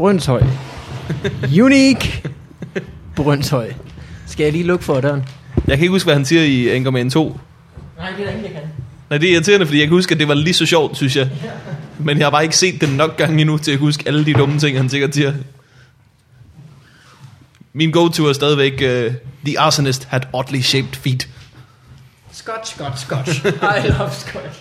Brønshøj. Unique Brønshøj. Skal jeg lige lukke for døren? Jeg kan ikke huske, hvad han siger i Anchorman 2. Nej, det er der ingen, jeg kan. Nej, det er irriterende, fordi jeg kan huske, at det var lige så sjovt, synes jeg. Men jeg har bare ikke set det nok gange endnu, til at kunne huske alle de dumme ting, han sikkert siger. Min go-to er stadigvæk, The arsonist had oddly shaped feet. Scotch. I love Scotch.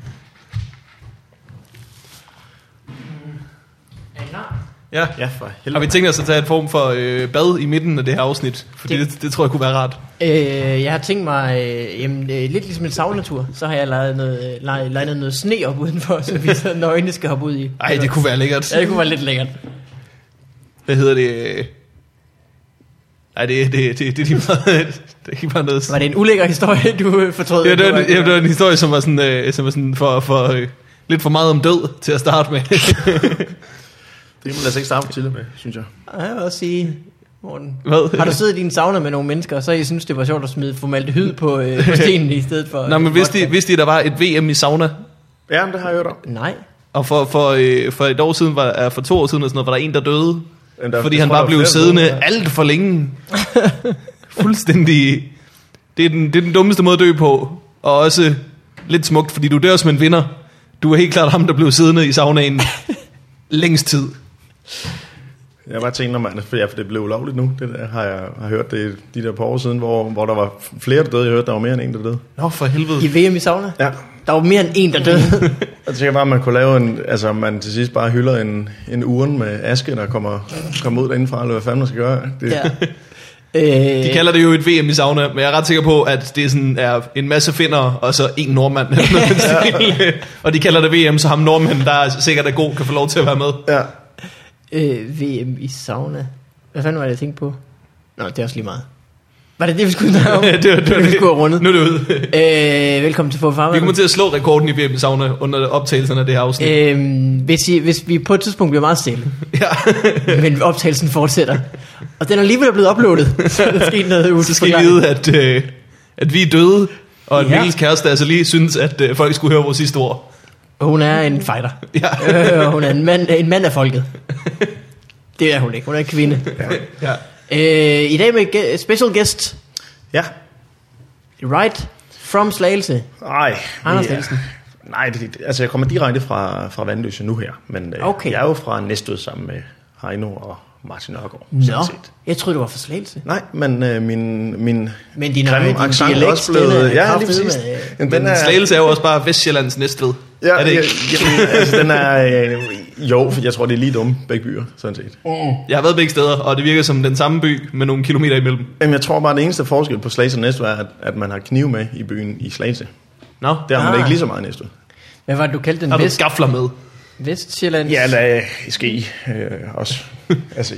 Er I klar? Ja, for har helvede. vi tænkt os at tage et form for bad i midten af det her afsnit? Fordi det tror jeg kunne være rart. Jeg har tænkt mig, lidt ligesom en saunatur, så har jeg legnet noget sne op udenfor, så vi så nøgne skal hoppe ud i. Ej, det kunne være lækkert. Ja, det kunne være lidt lækkert. Hvad hedder det? Nej, det er lige meget. Det er ikke bare noget. Var det en ulækker historie, du fortrød? Ja, det var en historie, som var sådan for lidt for meget om død til at starte med. Det kan man altså ikke starte til med, synes jeg. Jeg vil også sige, Morten, Hvad? har du siddet i din sauna med nogle mennesker, så jeg synes, det var sjovt at smide formaldehyd på stenen i stedet for... Nå, men vidste I, der var et VM i sauna? Ja, men det har jeg hørt om. Nej. Og for et år siden, for 2 år siden, og sådan noget, var der en, der døde. Fordi han bare blev siddende alt for længe. Fuldstændig. Det er den dummeste måde at dø på. Og også lidt smukt, fordi du dør som en vinder. Du er helt klart ham, der blev siddende i saunaen længst tid. Jeg bare tænkt, for det blev ulovligt nu. Det der, har hørt det de der par år siden, hvor der var flere, der døde. Jeg hørte, der var mere end en, der døde. Nå, for helvede. I VM i sauna? Ja. Der var mere end en, der døde. Jeg tænker bare, at man kunne lave man til sidst bare hylder en urne med aske, der kommer ud derindefra, eller hvad fanden man skal gøre. Det. Ja. De kalder det jo et VM i sauna, men jeg er ret sikker på, at det er en masse finner og så en nordmand. Og de kalder det VM, så ham nordmand, der er sikkert god, kan få lov til at være med. Ja. VM i sauna. Hvad fanden var det, jeg tænkte på? Nå, det er også lige meget. Var det vi skulle snakke om? det var vi skulle have rundet. Nu er det ud. Velkommen til Farvandet. Vi kommer til at slå rekorden i VM i sauna under optagelserne af det her afsnit. Hvis vi på et tidspunkt bliver meget stille, ja. men optagelsen fortsætter, og den er alligevel blevet uploadet, så der sker noget. Så skal I vide, at vi er døde, og at Mikkels kæreste altså lige synes, at folk skulle høre vores sidste ord. Hun er en fighter. Ja. Hun er en mand af folket. Det er hun ikke. Hun er en kvinde. Ja. I dag med special guest. Ja. Right from Slagelse. Nej. Anders Nielsen. Nej, altså jeg kommer direkte fra Vandløse nu her. Men okay. Jeg er jo fra Næstved sammen med Heino og Martin Nørgaard. Nå, jeg troede du var fra Slagelse. Nej, men min grimme accent er også blevet... Ja, lige præcis. Men Slagelse er jo også bare Vestsjællands Næstved. Ja, er det ikke? Altså den er... Jo, for jeg tror, det er lige dumme, begge byer, sådan set. Jeg har været begge steder, og det virker som den samme by med nogle kilometer imellem. Jamen, jeg tror bare, det eneste forskel på Slagelse og Næstved er, at man har kniv med i byen i Slagelse. Nå. Der har man ikke lige så meget i Næstved. Hvad var det, du kaldte den? Har du skafler med? Vestsjællands... Ja, der i Ske også. Altså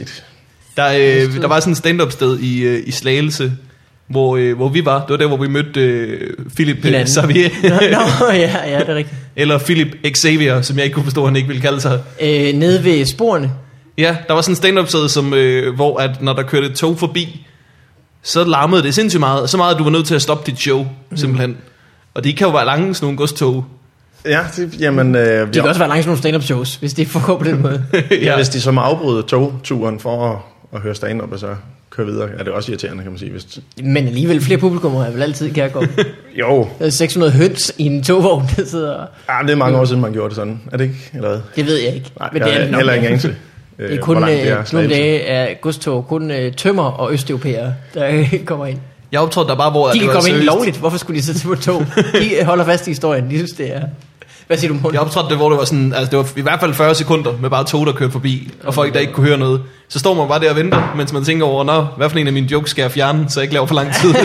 der var sådan et stand-up sted i Slagelse, hvor vi var. Det var der, hvor vi mødte Philip Xavier. Nå, ja, det er rigtigt. Eller Philip Xavier, som jeg ikke kunne forstå, han ikke ville kalde sig. Nede ved sporene. Ja, der var sådan en stand-up sted, hvor at når der kørte et tog forbi, så larmede det sindssygt meget. Så meget, at du var nødt til at stoppe dit show, simpelthen. Og de kan jo være lange, sådan nogle godstog. Ja, jamen... det kan også være langt sådan nogle stand-up shows, hvis det foregår på den måde. Ja, hvis de så må afbryde togturen for at høre stand-up, og så køre videre, er det også irriterende, kan man sige. Men alligevel flere publikummer er vel altid kærkommet. Jo. Der er 600 høns i en togvogn, der sidder... Ja, det er mange år siden, man gjorde det sådan. Er det ikke? Eller hvad? Det ved jeg ikke. Nej, men det er heller ikke engang til. Det er kun nogle dage af godstog, kun tømmer og østeuropæere, der kommer ind. Jeg optrådte der bare, hvor... De kan komme ind lovligt. Hvorfor skulle de sidde på et tog? De holder fast i historien. De synes, det er... Hvad siger du, Morten? Jeg optrådte det, hvor det var sådan... Altså, det var i hvert fald 40 sekunder med bare tog, der kørte forbi, og folk, der ikke kunne høre noget. Så står man bare der og venter, mens man tænker over, hvad for en af mine jokes skal jeg fjerne, så jeg ikke laver for lang tid.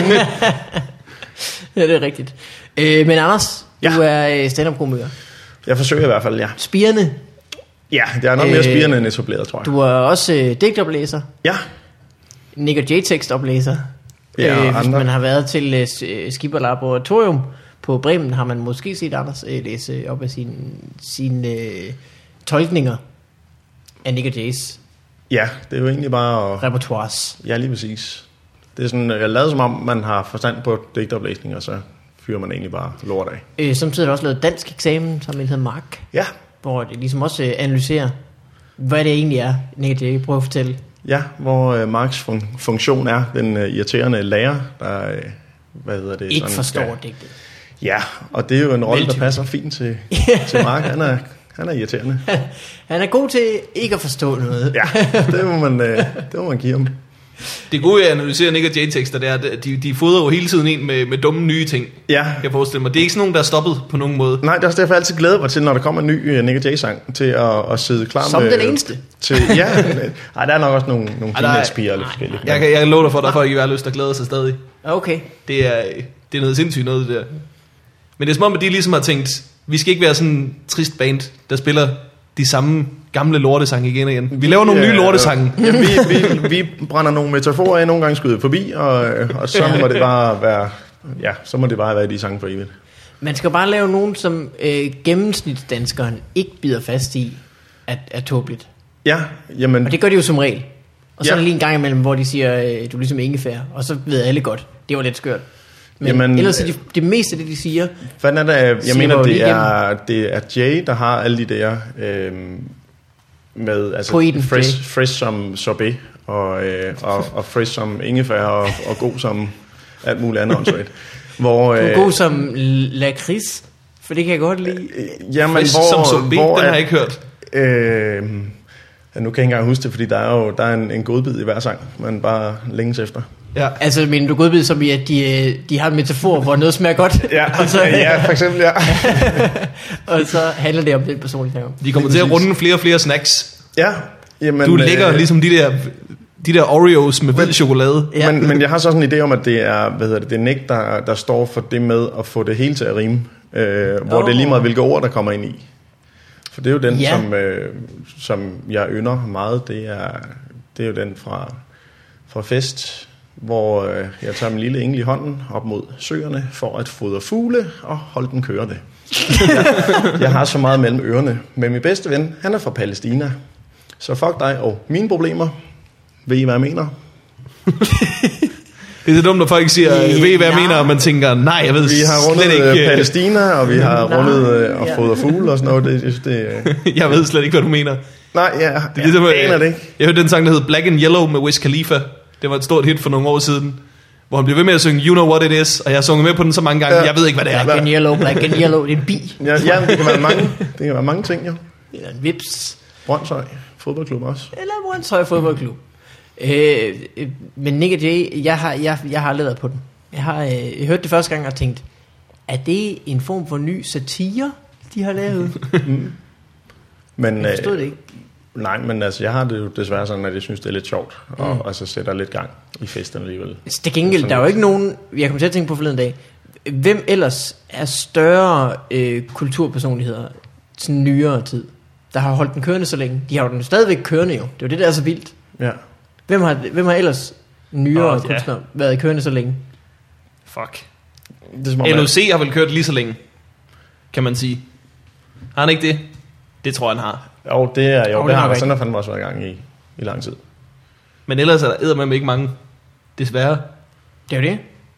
Ja, det er rigtigt. Men Anders, du er stand-up-komiker. Jeg forsøger i hvert fald, ja. Spirende. Ja, det er nok mere spirende end etableret, tror jeg. Du er også digtoplæser. Ja. Nick og J-tekstoplæser. Ja, hvis man har været til Skipper Laboratorium på Bremen, har man måske set Anders læse op af sine tolkninger af Nick og J's. Ja, det er jo egentlig bare... repertoires. Ja, lige præcis. Det er sådan, jeg lader som om, man har forstand på digtoplæsning, og så fyrer man egentlig bare lort af. Samtidig har du også lavet dansk eksamen, som hedder Mark. Ja. Hvor det ligesom også analyserer hvad det egentlig er, Nick Jay. Prøv at fortælle. Ja, hvor Marks funktion er den irriterende lærer, der ikke sådan, forstår digtet. Ja, og det er jo en rolle, der passer fint til Mark. Han er irriterende. Han er god til ikke at forstå noget. Ja, det må man give ham. Det gode er, når du ser Nick og Jay-tekster, det er, at de fodrer jo hele tiden en med dumme nye ting. Ja. Kan jeg forestille mig. Det er ikke sådan nogen, der er stoppet på nogen måde. Nej, det er også derfor, jeg altid glæder mig til, når der kommer en ny Nick og Jay-sang, til at sidde klar som med... Som den eneste. Ja, der er nok også nogle teenage-piger og lidt forskellige. Jeg kan love dig for, at der er folk i hver lyst, der glæder sig stadig. Okay. Det er noget sindssygt noget, det der. Men det er som om, at de ligesom har tænkt, vi skal ikke være sådan en trist band, der spiller de samme gamle lortesange igen og igen. Vi laver nogle nye lortesange. Ja, vi brænder nogle metaforer af, nogle gange skyder forbi, og så må det bare være, så må det bare være de sange for evigt. Man skal bare lave nogen, som gennemsnitsdanskeren ikke bider fast i, er tåbeligt. Ja, jamen... Og det gør de jo som regel. Og så er der lige en gang imellem, hvor de siger, du er ligesom ingefær, og så ved alle godt, det var lidt skørt. Men jamen, ellers er det meste af det, de siger... Hvad er det? Jeg mener, det er Jay, der har alle de der... med altså fresh som sorbet og fresh som ingefær og god som alt muligt andet åndssvagt. Hvor god som lakrids, for det kan jeg godt lide. Jamen fresh som sorbet, den har jeg ikke hørt. Nu kan jeg ikke engang huske det, fordi der er en godbid i hver sang, men bare længes efter. Ja. Altså, mener du godbid som i, at de har en metafor, hvor noget smager godt? Ja, så, ja, for eksempel, ja. Og så handler det om den personlige ting. De kommer til at runde flere og flere snacks. Ja. Jamen, du lægger ligesom de der Oreos med hvid chokolade. Ja. Men jeg har så sådan en idé om, at det er, det er Nick, der står for det med at få det hele til at rime. Hvor det er lige meget, hvilke ord, der kommer ind i. For det er jo den, som jeg ynder meget. Det er jo den fra Fest, hvor jeg tager min lille engel i hånden op mod søerne for at fodre fugle og holde den kørende. Jeg har så meget mellem ørerne. Men min bedste ven, han er fra Palæstina. Så fuck dig og mine problemer. Ved I, hvad jeg mener? Det er så dumt, når folk siger, ved I, hvad jeg mener? Og man tænker, nej, jeg ved vi har rundet Palæstina, og vi har rundet og fodret fugle og sådan noget. Jeg ved slet ikke, hvad du mener. Nej, det er ligesom, jeg aner det ikke. Jeg hørte den sang, der hed Black and Yellow med Wiz Khalifa. Det var et stort hit for nogle år siden, hvor han blev ved med at synge You Know What It Is, og jeg har sunget med på den så mange gange, jeg ved ikke, hvad det er. Black and Yellow, Black and Yellow, det er en bi. Ja, det kan være mange. Det kan være mange ting, jo. Eller en vips. Brøndshøj fodboldklub også. Eller Brøndshøj fodboldklub. Men Nick og Jay, jeg har aldrig været på den. Jeg har hørt det første gang og tænkt, er det en form for ny satire, de har lavet? Men jeg forstod det ikke. Nej, men altså, jeg har det jo desværre sådan, at jeg synes, det er lidt sjovt, og så sætter lidt gang i festen alligevel. Det gengæld, der er jo ikke nogen, jeg kom til at tænke på forleden dag, hvem ellers er større kulturpersonligheder sådan nyere tid, der har holdt den kørende så længe? De har jo den stadigvæk kørende jo, det er jo det, der er så vildt. Ja. Hvem har ellers nyere kunstnere været kørende så længe? Fuck. LOC har vel kørt lige så længe, kan man sige. Har han ikke det? Det tror jeg, han har. Jo, det har han. Sådan har fandme også været i gang i lang tid. Men ellers er der eddermame ikke mange, desværre. Det er jo det.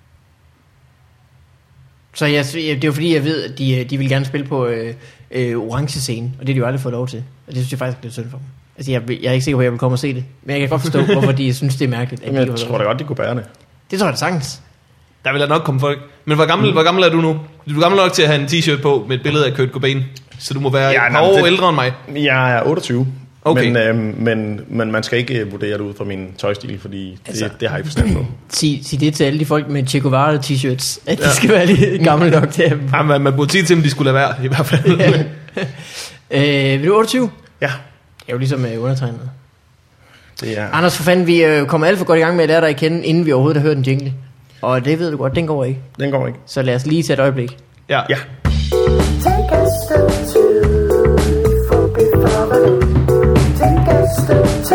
Så det er jo fordi, jeg ved, at de vil gerne spille på orange scene, og det har de jo aldrig fået lov til. Og det synes jeg faktisk er lidt synd for dem. Altså, jeg er ikke sikker på, at jeg vil komme og se det. Men jeg kan godt forstå, hvorfor de synes, det er mærkeligt. At jeg tror da godt, de kunne bære det. Det tror jeg da sagtens. Der vil da nok komme folk. Men hvor gammel er du nu? Du er gammel nok til at have en t-shirt på med et billede af Kurt Cobain. Så du må være et par år ældre end mig. Jeg er 28. Okay. Men man skal ikke vurdere det ud fra min tøjstil, fordi det har jeg ikke forstand på. Sig det til alle de folk med Che Guevara t-shirts, at de skal være lidt gamle nok til at... Ja, man burde sige til dem, de skulle lade være, i hvert fald. Vil du 28? Ja. Jeg er jo ligesom undertegnet. Det er... Anders, for fanden, vi kommer alt for godt i gang med at lære dig at kende, inden vi overhovedet har hørt en jingle. Og det ved du godt, den går ikke. Den går ikke. Så lad os lige tage et øjeblik. Ja. Take a step two for before. Take a step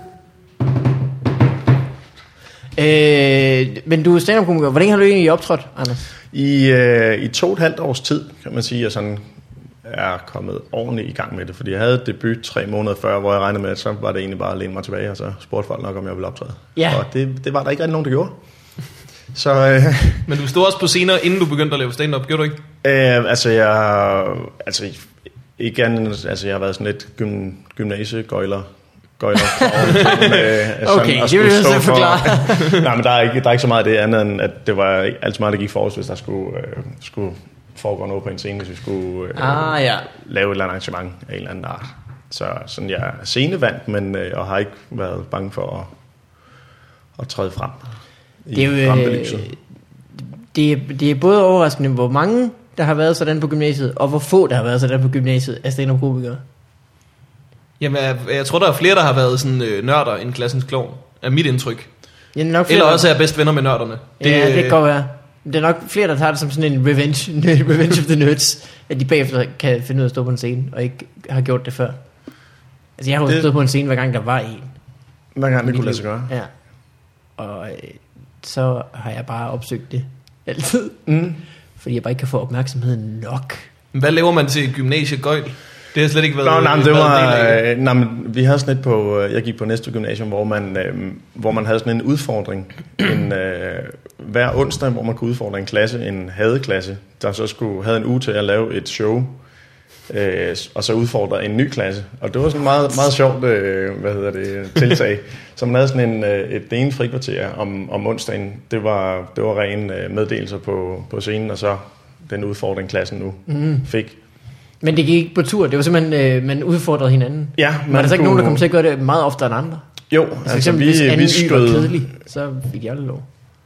two. Men du er stand-up-komiker. Hvor længe har du egentlig optrådt, Anders? I 2,5 års tid, kan man sige, at sådan er kommet ordentligt i gang med det. Fordi jeg havde debut 3 måneder før, hvor jeg regnede med, at så var det egentlig bare at læne mig tilbage, og så spurgte folk nok, om jeg ville optræde. Ja. Og det var der ikke rigtig nogen, der gjorde. Så, men du stod også på scener, inden du begyndte at lave stand-up, gjorde du ikke? Ikke andet, altså jeg har været sådan lidt gymnasiegøjler. Okay, det vil jeg så forklare. Nej, men der er ikke så meget af det andet, end at det var alt så meget, der gik for os, hvis der skulle foregå noget på en scene, hvis vi skulle lave et eller andet arrangement af en eller anden art. Så sådan, jeg er scenevant, men og har ikke været bange for at træde frem i rampelyset. Det er både overraskende, hvor mange der har været sådan på gymnasiet, og hvor få der har været sådan på gymnasiet af stand-up-komikere. Jamen, jeg tror, der er flere, der har været sådan nørder end klassens klovn, er mit indtryk. Ja, nok eller også er bedst venner med nørderne. Det kan godt være. Det er nok flere, der tager det som sådan en revenge of the nerds, at de bagefter kan finde ud af at stå på en scene, og ikke har gjort det før. Altså, jeg har jo stået på en scene, hver gang der var en. Hver gang det kunne lade sig gøre. Ja. Og så har jeg bare opsøgt det altid. Fordi jeg bare ikke kan få opmærksomheden nok. Hvad laver man til gymnasiegøjl? Det har slet ikke været... vi havde sådan et på... Jeg gik på Næstved Gymnasium, hvor man havde sådan en udfordring. Hver onsdag, hvor man kunne udfordre en klasse, en hadeklasse, der så havde en uge til at lave et show, og så udfordre en ny klasse. Og det var sådan meget, meget sjovt tiltag. Så man havde sådan det ene frikvarter om onsdagen. Det var ren meddelelser på scenen, og så den udfordring, klassen nu fik. Men det gik ikke på tur, det var simpelthen, man udfordrede hinanden. Ja, var der så ikke nogen, der kom til at gøre det meget oftere end andre? Jo, altså eksempel, hvis anden y var kedelig, så fik jeg aldrig lov.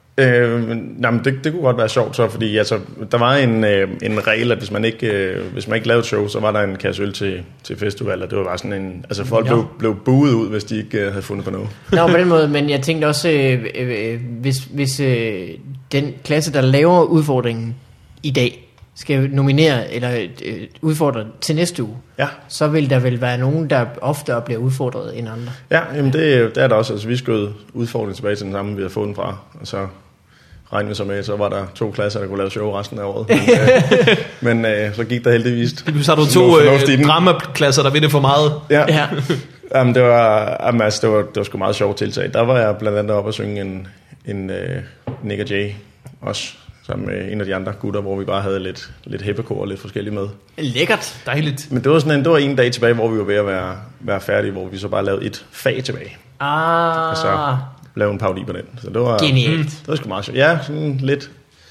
Det kunne godt være sjovt så, fordi altså, der var en regel, at hvis man ikke lavede et show, så var der en kasse øl til festival, og det var bare sådan en... Altså folk blev buet ud, hvis de ikke havde fundet på noget. Nå, på den måde, men jeg tænkte også, hvis den klasse, der laver udfordringen i dag, skal nominere eller udfordre til næste uge, så vil der vel være nogen, der oftere bliver udfordret end andre. Ja, jamen det er der også. Altså, vi skød udfordringen tilbage til den samme, vi havde fået den fra, og så regnede vi så med, så var der 2 klasser, der kunne lave show resten af året. Men så gik der heldigvis. Så har du 2 dramaklasser, der vinder for meget. Ja. Jamen, det var sgu meget sjovt tiltag. Der var jeg blandt andet oppe og synge en Nick og Jay også, sammen med en af de andre gutter, hvor vi bare havde lidt heppekor og lidt forskellige med. Lækkert. Dejligt. Men det var en dag tilbage, hvor vi var ved at være færdige, hvor vi så bare lavede et fag tilbage. Og så lavede en parodi på den. Så det var genialt. Det var sgu meget sjovt. Ja, sådan lidt.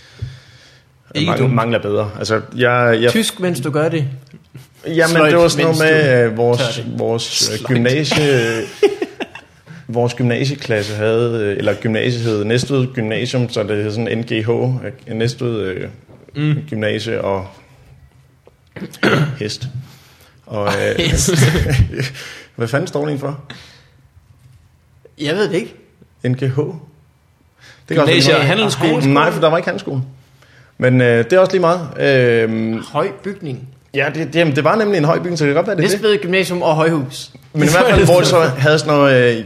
Mangler bedre. Altså, jeg tysk, mens du gør det. Jamen, det var sådan noget med vores gymnasie... Vores gymnasieklasse havde, eller gymnasiet hed Næstved Gymnasium, så det hed sådan NGH, Næstved Gymnasie og hest. Og hest. Hvad fanden står det for? Jeg ved det ikke. NGH? Gymnasie og handelsskole? Nej, for der var ikke handelsskole. Men det er også lige meget. Høj bygning. Ja, det var nemlig en høj bygning, så det kan godt være det. Næstved Gymnasium og højhus. Men i hvert fald, hvor så havde sådan noget,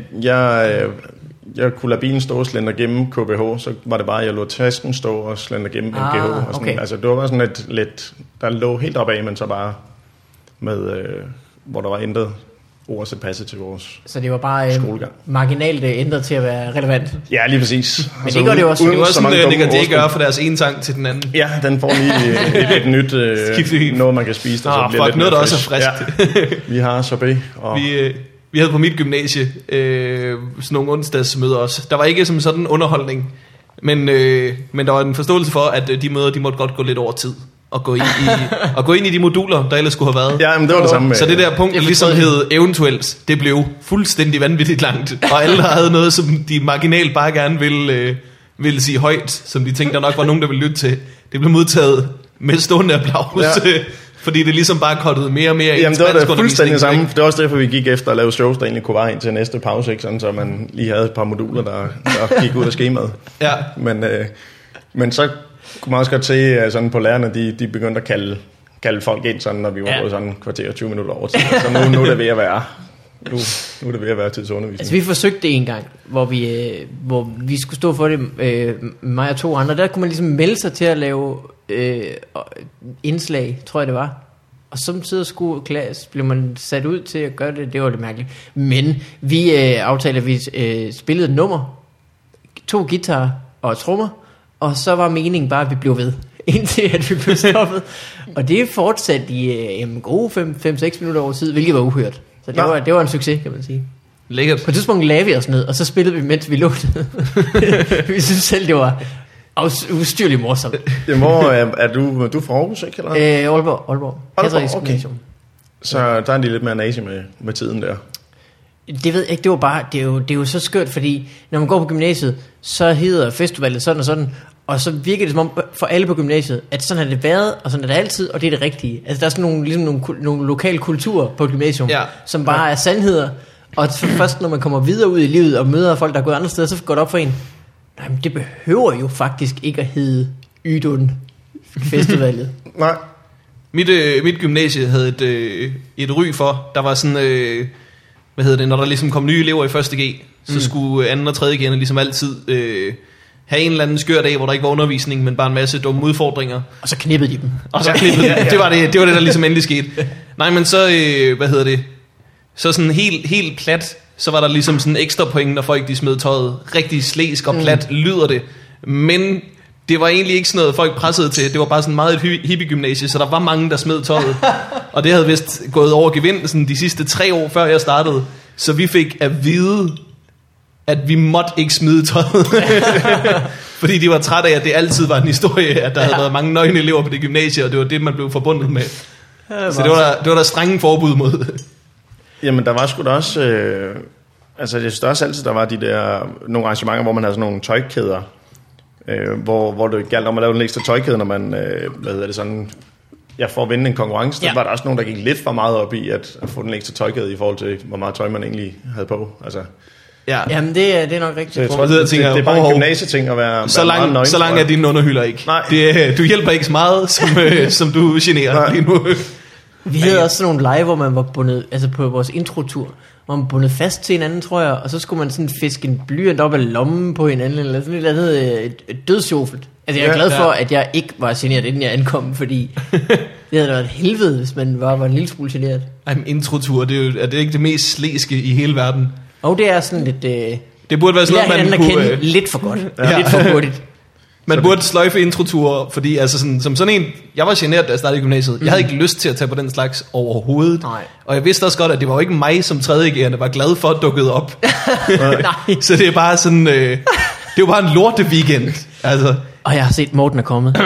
jeg kunne lade bilen stå og slender gennem KBH, så var det bare, at jeg lod tasken stå og slender gennem NGH. Og sådan. Okay. Altså, det var bare sådan lidt, der lå helt opad, men så bare med, hvor der var ændret ord til passe til vores så det var bare marginalt ændret til at være relevant. Ja, lige præcis. Men det gør det jo også. Det var sådan, Nick og Jay gør for deres ene sang til den anden. Ja, den får lige et nyt noget, man kan spise. Der så bliver lidt noget, der også er frisk. Ja. Vi har sorbet. Og vi havde på mit gymnasie sådan nogle onsdagsmøder også. Der var ikke som sådan underholdning, men der var en forståelse for, at de møder, de måtte godt gå lidt over tid. Og gå ind i de moduler, der ellers skulle have været. Ja, men det var det samme. Så det der punkt, der ligesom hed eventuelt, det blev fuldstændig vanvittigt langt. Og alle, der havde noget, som de marginalt bare gerne ville sige højt, som de tænkte, der nok var nogen, der ville lytte til, det blev modtaget med stående applaus. Ja. Fordi det ligesom bare kottede mere og mere. Jamen det var det fuldstændig samme. Det var også derfor, vi gik efter at lave shows, der egentlig kunne vare ind til næste pause, ikke? Sådan, så man lige havde et par moduler, der gik ud af skemaet. Ja. Men så kunne man også godt se sådan på lærerne, de begyndte at kalde folk ind, sådan, når vi var gået sådan kvarter 20 minutter over tid. Så nu er det ved at være... Nu er det ved at være tidsundervisning. Altså vi forsøgte det en gang, hvor vi skulle stå for det, mig og 2 andre. Der kunne man ligesom melde sig til at lave indslag, tror jeg det var. Og samtidig blev man sat ud til at gøre det. Det var lidt mærkeligt. Men vi aftalte, at vi spillede et nummer, 2 guitarer og trommer. Og så var meningen bare, at vi blev ved. indtil at vi blev stoppet. Og det fortsatte i gode 5-6 minutter over tid, hvilket var uhørt. Så det var en succes, kan man sige. Lækkert. På et tidspunkt lagde vi os ned, og så spillede vi, mens vi lukkede. Vi synes selv, det var ustyrligt morsomt. Hvor er du fra Aarhus, ikke? Eller? Aalborg. Okay. Så der er de lidt mere nazi med tiden der. Det ved jeg ikke, det er jo så skørt, fordi når man går på gymnasiet, så hedder festivalet sådan og sådan, og så virker det som om for alle på gymnasiet, at sådan har det været, og sådan er det altid, og det er det rigtige. Altså der er sådan nogle lokale kulturer på et gymnasium, som bare er sandheder, og først når man kommer videre ud i livet og møder folk, der er gået andre steder, så går det op for en, nej, men det behøver jo faktisk ikke at hedde Ydun Festivalet. Nej. Mit gymnasie havde et ry for, der var sådan, når der ligesom kom nye elever i 1. G, så skulle 2. og 3. G'erne ligesom altid have en eller anden skør dag, hvor der ikke var undervisning, men bare en masse dumme udfordringer. Og så knippede de dem. Og så knippede de. Det var det, der ligesom endelig skete. Nej, men så, så sådan helt plat, så var der ligesom sådan ekstra point, når folk de smed tøjet. Rigtig slæsk og plat lyder det. Men det var egentlig ikke sådan noget, folk pressede til. Det var bare sådan meget et hippie-gymnasie, så der var mange, der smed tøjet. Og det havde vist gået over gevind sådan de sidste 3 år, før jeg startede. Så vi fik at vide, at vi måtte ikke smide tøjet. Fordi de var trætte af, at det altid var en historie, at der havde været mange nøgne elever på det gymnasie, og det var det, man blev forbundet med. Så det var der strenge forbud mod. Jamen, der var sgu da også... altså, det største altid, der var de der nogle arrangementer, hvor man havde sådan nogle tøjkæder, hvor det galt om at lave den ekstra tøjkæde, når man, for at vinde en konkurrence, der var der også nogen, der gik lidt for meget op i at få den ekstra tøjkæde i forhold til, hvor meget tøj man egentlig havde på. Altså, ja. Jamen, det er nok rigtigt. Så jeg tror, det er bare en gymnasieting at være meget nøgen. Så lang er dine underhylder ikke. Nej. Du hjælper ikke så meget, som du generer lige nu. Vi havde også sådan nogle lege, hvor man var bundet, altså på vores introtur, hvor man bundet fast til hinanden, tror jeg, og så skulle man sådan fiske en blyant op af lommen på hinanden, eller sådan et eller andet et dødsjofelt. Altså jeg er glad for, at jeg ikke var generet, inden jeg ankom, fordi det havde været et helvede, hvis man var en lille smule generet. Ej, men introtur, er det ikke det mest slæske i hele verden? Og det er sådan lidt... det burde være sådan noget, man kunne... lidt for godt. Lidt for hurtigt. Man burde sløjfe introture, fordi altså sådan, som sådan en... Jeg var generet, da jeg startede i gymnasiet. Jeg havde ikke lyst til at tage på den slags overhovedet. Nej. Og jeg vidste også godt, at det var jo ikke mig som 3. G'erne var glad for at dukke op. Nej. Så det er bare sådan... det var bare en lorte weekend. Altså. Og jeg har set Morten er kommet.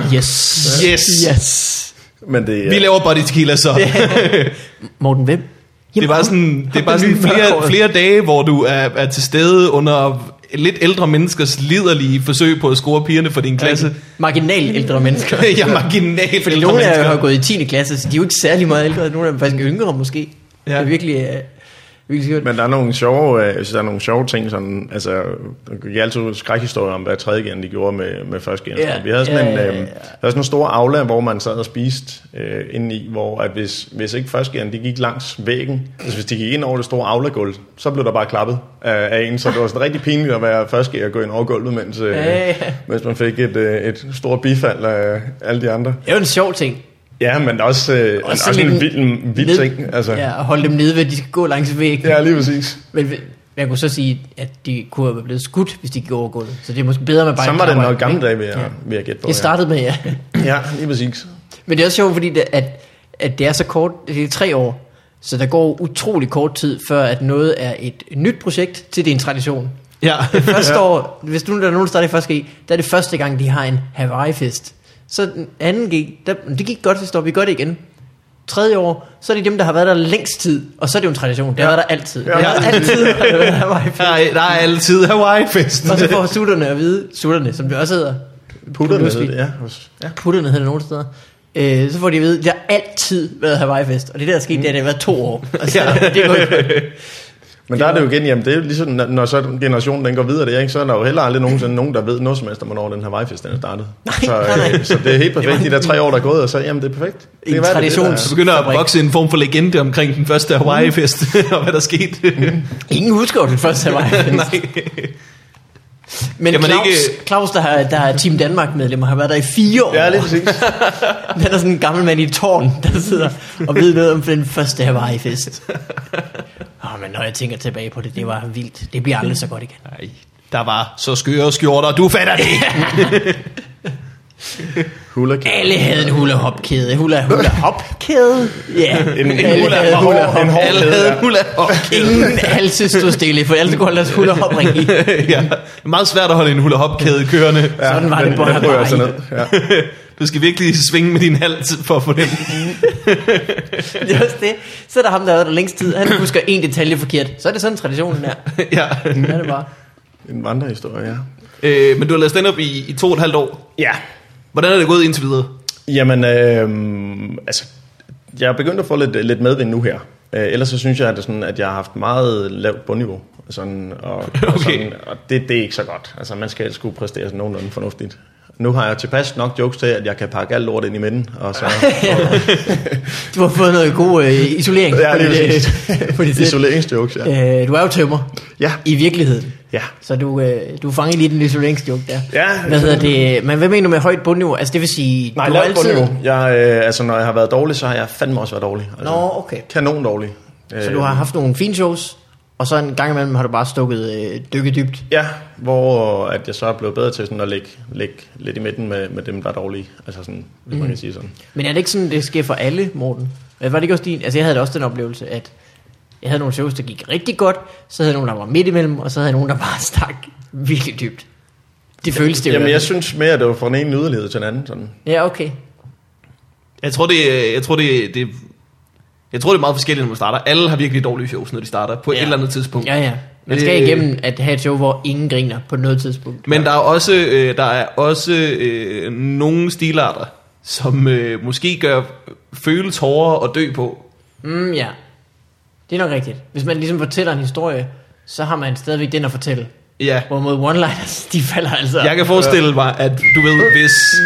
Yes. Men det, vi laver body tequila så. Morten hvem? Jamen, det er bare sådan flere dage, hvor du er til stede under lidt ældre menneskers liderlige forsøg på at score pigerne for din klasse. Marginal ældre mennesker. Ja, marginal. Fordi nogle af jer har gået i 10. klasse, så de er jo ikke særlig meget ældre. Nogle af dem er faktisk yngre måske. Ja. Det er virkelig men der er nogle sjove ting sådan, altså jeg har altid skrækhistorier om hvad 3. G'erne de gjorde med 1. G'erne. Vi havde sådan en stor aula, hvor man sad og spiste inde i, hvor at hvis ikke 1. G'erne de gik langs væggen, altså hvis de gik ind over det store aulagulv, så blev der bare klappet af en, så det var sådan rigtig pinligt at være 1. G og gå ind over gulvet, mens man fik et stort bifald af alle de andre. Det er jo en sjov ting. Ja, men også en vild ting. Altså. Ja, og holde dem nede ved, at de skal gå langs væggen. Ja, lige præcis. Men jeg kunne så sige, at de kunne have blevet skudt, hvis de gik over gulvet. Så det er måske bedre med bare... Så var det nok gamle dage, vil jeg gætte på. Det startede med, ja. Ja, lige præcis. Men det er også sjovt, fordi at det er så kort, det er 3 år. Så der går utrolig kort tid, før at noget er et nyt projekt, til det er en tradition. Ja. Det første år, hvis der er nogen, der starter i 1. G, der er det første gang, de har en Hawaii-fest. Så den 2. G, det gik godt sidste år, vi gør det igen. 3. år, så er det dem, der har været der længst tid. Og så er det jo en tradition, det har været der altid. Der er altid Hawaii-fest. Og så får sutterne at vide, sutterne, som det også hedder. Putterne hedder det nogle steder. Så får de at vide, der har altid været Hawaii-fest. Og det der er sket, det har været 2 år. Altså, det går men der er det jo igen, jamen det er jo ligesom, når så generationen den går videre, så er der jo heller aldrig nogen, der ved noget som helst om, hvornår den her Hawaii-fest den er startet. Så det er helt perfekt, de der 3 år, der er gået, og så jamen det er perfekt. Det en tradition. Så begynder at vokse en form for legende omkring den første Hawaii-fest, og hvad der skete. Ingen husker den første Hawaii-fest. Nej. Men Claus, der er Team Danmark-medlemmer, har været der i 4 år. Ja, lige præcis. Der er sådan en gammel mand i et tårn, der sidder og ved noget om den første Hawaii-fest. Men når jeg tænker tilbage på det, det var vildt. Det bliver aldrig så godt igen. Nej, der var så skøre skjorter, du fatter det ikke. Hula kæde. Alle havde en hula-hop-kæde. Hula-hop-kæde? Ja. En Alle havde hula-hop. en hård Alle kæde, havde ja. en hula-hop-kæde. Ingen halse stod stille, for alle kunne holde deres hula-hop-ring i. Ja, meget svært at holde en hula-hop-kæde kørende. Ja, Sådan var det på den rører sig ned. Ja. Du skal virkelig svinge med din hals for at få den. Det er også det. Så er der ham, der har været der længst tid. Han husker en detalje forkert. Så er det sådan traditionen er. Ja. Ja, det er bare. En vandrehistorie, ja. Men du har lavet stand-up i 2,5 år. Ja. Hvordan er det gået indtil videre? Jamen, altså, jeg er begyndt at få lidt medvind nu her. Ellers så synes jeg, at, det er sådan, at jeg har haft meget lavt bundniveau. Sådan, og det er ikke så godt. Altså, man skal skulle præstere sådan nogenlunde fornuftigt. Nu har jeg tilpas nok jokes til, at jeg kan pakke alt lort ind i midten. Og så, Du har fået noget god isolering. ja, det er på dit sæt. isoleringsjokes, ja. Du er jo tømmer. Ja. I virkeligheden. Ja. Så du er fanget lige den isoleringsjoke der. Ja. Hvad hedder det? Men hvad mener du med højt bundniveau? Altså det vil sige, Nej, du har lavt bundniveau. Altså, når jeg har været dårlig, så har jeg fandme også været dårlig. Altså, Nå, okay. Kanon dårlig. Så du har haft nogle fine shows, og så en gang imellem har du bare stukket dykke dybt. Ja, hvor at jeg så er blevet bedre til sådan at ligge lidt i midten med dem, der er dårlige. Altså sådan, hvis man kan sige sådan. Men er det ikke sådan, det sker for alle, Morten? Var det ikke også din? Altså jeg havde da også den oplevelse, at jeg havde nogle shows, der gik rigtig godt, så havde jeg nogle, der var midt imellem, og så havde jeg nogle, der bare stak virkelig dybt. Det føles det jo. Jamen jeg synes mere, at det var fra den ene yderlighed til den anden. Sådan. Ja, okay. Jeg tror, det er meget forskelligt, når man starter. Alle har virkelig dårlige shows, når de starter på et eller andet tidspunkt. Ja. Man skal igennem at have et show, hvor ingen griner på noget tidspunkt. Men der er også nogle stilarter, som måske gør føles hårdere at dø på. Ja. Det er nok rigtigt. Hvis man ligesom fortæller en historie, så har man stadigvæk den at fortælle. Ja. Hvorimod one-liners, de falder altså. Jeg kan forestille mig, at du ved,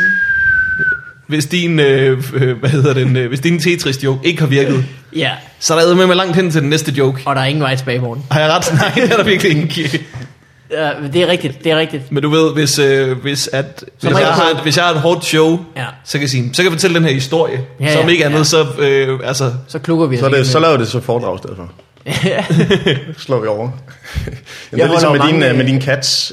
hvis din hvis din Tetris-joke ikke har virket, Ja. så er der med langt hen til den næste joke. Og der er ingen vej tilbage i morgen. Har jeg ret? Nej, det er der virkelig ingen. Ja, det er rigtigt. Men du ved, hvis jeg har et hårdt show, Ja. så kan jeg sige, så kan jeg fortælle den her historie. Ja, som ikke andet, så så klukker vi. Så laver det så foredrag i stedet for. Ja. Slår vi over. Det Jeg er ligesom holder med din Cats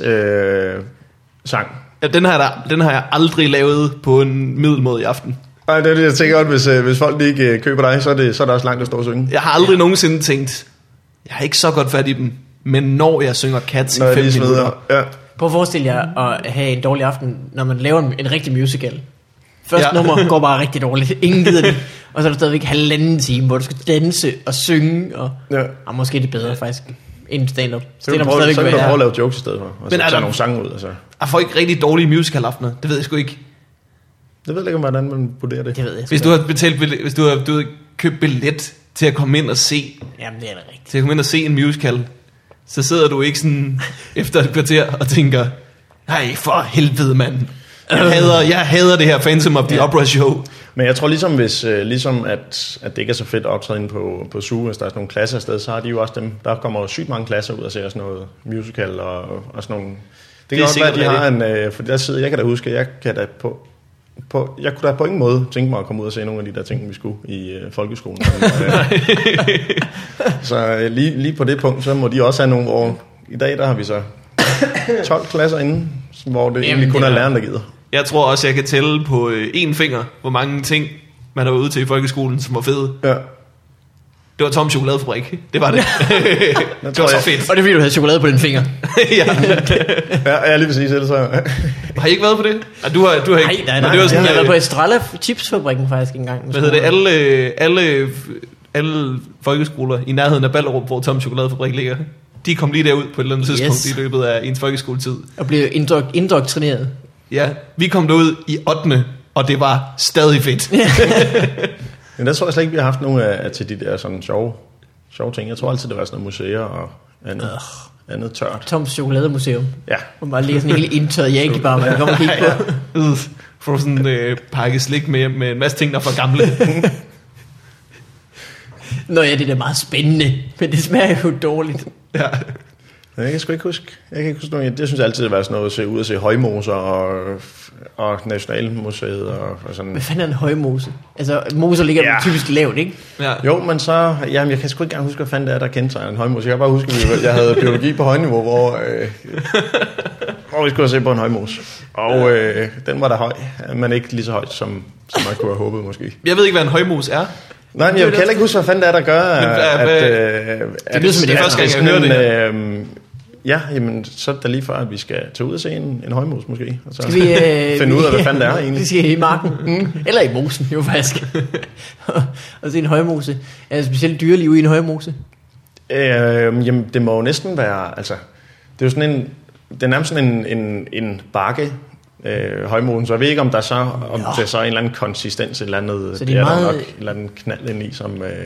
sang. Ja, den har jeg aldrig lavet på en middelmåde i aften. Nej, det er det, jeg tænker godt, hvis folk ikke køber dig, så er det også langt at stå og synge. Jeg har aldrig nogensinde tænkt, jeg har ikke så godt fat i dem, men når jeg synger Cats i Når jeg 5 lige minutter. sveder. Ja. Prøv at forestille jer at have en dårlig aften, når man laver en rigtig musical. Første nummer går bare rigtig dårligt. Ingen gider det. Og så er der stadigvæk halvanden time, hvor du skal danse og synge. Og måske er det bedre faktisk end stand-up. Så kan du prøve at lave jokes i stedet for. Og så tage nogle sange ud. Altså. Er folk rigtig dårlige musical-aftener? Det ved jeg sgu ikke. Jeg ved ikke, hvordan man vurderer det. Det ved jeg. Hvis du har købt billet til at komme ind og se, Jamen det er da rigtigt. til at komme ind og se en musical, så sidder du ikke sådan efter et kvarter og tænker, nej for helvede mand, jeg hader det her Phantom of the Opera show. Men jeg tror ligesom at det ikke er så fedt at optræde inde på SUE, hvis der er sådan nogle klasser afsted, så har de jo også dem, der kommer jo sygt mange klasser ud og ser sådan noget musical og sådan nogle. Det kan godt være, at de har en, for der sidder, jeg kan da huske, jeg kunne da på ingen måde tænke mig at komme ud og se nogle af de der ting, vi skulle i folkeskolen. Så lige på det punkt, så må de også have nogle, hvor i dag der har vi så 12 klasser inde, hvor det egentlig kun er læreren, der gider. Jeg tror også, jeg kan tælle på én finger, hvor mange ting, man har været ude til i folkeskolen, som var fede. Ja. Det var Tom Chokoladefabrik. Det var det. Det var så fedt. Og det er fordi, du havde chokolade på din finger. Ja, lige præcis. Så. Har I ikke været på det? Du har ikke. Nej. Det var sådan, jeg har været på Estrella Chipsfabrikken faktisk engang. Hvad hedder det? Alle folkeskoler i nærheden af Ballerup, hvor Tom Chokoladefabrik ligger, de kom lige derud på et eller andet tidspunkt i løbet af ens folkeskoletid. Og blev indoktrineret. Ja, vi kom derud i 8. og det var stadig fedt. Men der tror jeg slet ikke, vi har haft nogen af til de der sådan sjove ting. Jeg tror altid, det var sådan noget museer og andet tørt. Toms Chokolademuseum. Ja. Hvor bare ligger sådan en helt indtørret jækkebar, man kommer og kigge på. Får sådan en pakke slik med en masse ting, der er for gamle. Nå ja, det er da meget spændende, men det smager jo dårligt. Ja. Jeg kan sgu ikke huske. Det synes jeg altid, det var sådan noget at se ud og se højmoser og Nationalmuseet og sådan. Hvad fanden er en højmose? Altså, moser ligger typisk lavt, ikke? Ja. Jo, men så... Jamen, jeg kan sgu ikke engang huske, hvad fanden det er, der kendetegner en højmose. Jeg kan bare huske, at jeg havde biologi på højniveau, hvor... hvor vi skulle se på en højmos. Og den var der høj, men ikke lige så højt, som man kunne have håbet måske. Jeg ved ikke, hvad en højmos er. Nej, men jeg kan heller ikke huske, hvad fanden det er, der gør, det lyder som et første gang, jeg hører det. Ja, jamen, så er det lige før, at vi skal tage ud og se en højmos måske. Og så skal vi finde ud af, hvad fanden det er egentlig. Vi skal i marken, eller i mosen, jo faktisk. Og se en højmose. Er det specielt dyreliv i en højmose? Jamen, det må jo næsten være, altså, det er jo sådan en, det er nærmest sådan en bakke, højmosen, så jeg ved ikke, om der så, det er så en eller anden konsistens, et eller andet, så det er meget... der nok en eller anden knald ind i,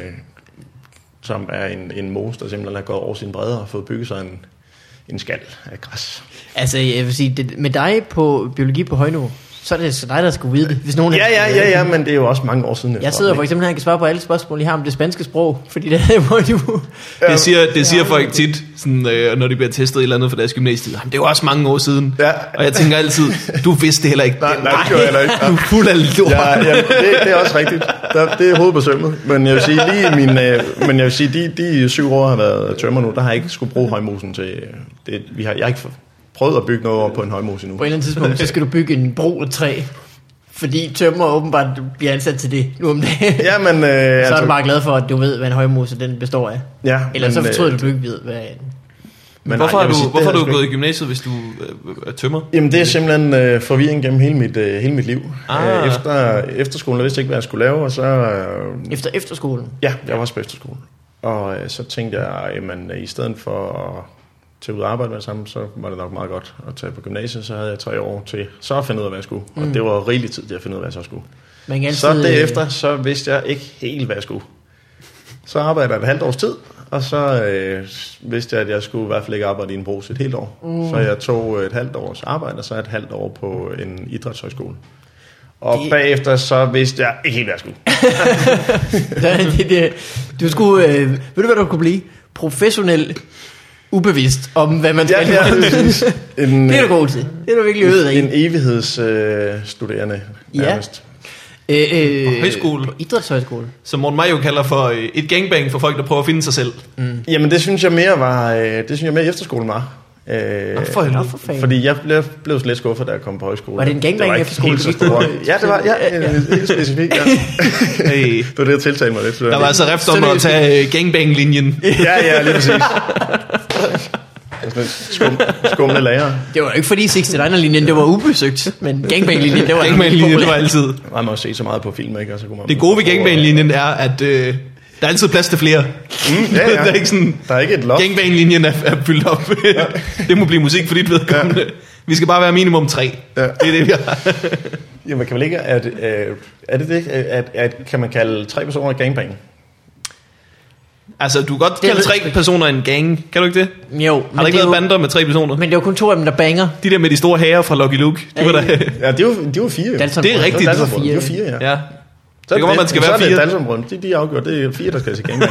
som er en mose, der simpelthen har gået over sin bredde og fået bygget sig en skal af græs. Altså, jeg vil sige, med dig på biologi på højniveau, så er det så dig, der skulle vide det. Hvis nogen ja, men det er jo også mange år siden. Jeg sidder for eksempel her og kan svare på alle spørgsmål, I har om det spanske sprog, fordi det er højniveau. Det siger folk tit, sådan, når de bliver testet et eller andet for deres gymnasiet. Det er jo også mange år siden. Ja. Og jeg tænker altid, du vidste det heller ikke. Nej, det gjorde jeg heller ikke. Du er fuld af lort. Ja, det er også rigtigt. Det er hovedbesømmet. Men jeg vil sige, de 7 år har været tømmer nu, der har jeg ikke skulle bruge højmosen til det. Jeg har ikke prøvet at bygge noget over på en højmose endnu. På et eller andet tidspunkt, så skal du bygge en bro af træ, fordi tømmer åbenbart bliver ansat til det nu om dagen. Ja, men, så er du bare glad for, at du ved, hvad en højmose den består af. Ja, eller så fortryder du ikke ved, hvad men hvorfor har du gået i gymnasiet, hvis du er tømmer? Jamen det er simpelthen forvirring gennem hele mit liv. Efter efterskolen, jeg vidste ikke, hvad jeg skulle lave, og så... Efter efterskolen? Ja, jeg var også på efterskolen. Og så tænkte jeg, jamen i stedet for at tage ud og arbejde med det samme, så var det nok meget godt at tage på gymnasiet. Så havde jeg 3 år til så at finde ud af, hvad jeg skulle. Og det var rigelig tid til at finde ud af, hvad jeg så skulle. Altid... Så derefter, så vidste jeg ikke helt, hvad jeg skulle. Så arbejdede jeg et halvt års tid, og så vidste jeg, at jeg skulle i hvert fald ikke arbejde i en brugs et helt år. Så jeg tog et halvt års arbejde, og så et halvt år på en idrætshøjskole. Og bagefter så vidste jeg ikke helt, hvad jeg skulle. Du skulle, ved du hvad du kunne blive? Professionel ubevidst om, hvad man skal. Det er du god til. Det er du virkelig øvet af. En evighedsstuderende nærmest. Højskole. Idrætshøjskole. Som Morten Mayo kalder for et gangbang for folk, der prøver at finde sig selv. Jamen det synes jeg mere var, efterskolen var. Fordi jeg blev lidt skuffet, da jeg kom på højskole. Var det en gangbang efterskole? Ja, det var helt specifikt. Ja. Hey. Det var det, jeg tiltalte mig lidt. Der var altså rift om at tage gangbang-linjen. Ja, lige præcis. Skumle lærer. Det var ikke fordi 69'er-linjen, det var ubesøgt, men gangbang-linjen, det var gangbang-linjen, det var altid. Man må se så meget på film, ikke? Så kunne man det gode ved gangbang-linjen er, at der er altid plads til flere. Ja. Der er ikke sådan, der er ikke et loft. Gangbang-linjen er fyldt op. Det må blive musik for dit vedkommende. Ja. Vi skal bare være minimum 3. Ja. Det er det, vi har. Jamen, kan man ikke... Er det? Kan man kalde 3 personer gangbang? Altså, du kan godt kalde 3 personer en gang. Kan du ikke det? Jo. Har der ikke været bander med 3 personer? Men det var kun 2 af dem, der banger. De der med de store hager fra Lucky Luke. Ja, de var 4. Det er rigtigt. De var 4, ja. Så det kommer, man skal være 4. Så er det Dalsombrøden. De er afgjort. Det er 4, der skal til gangbang.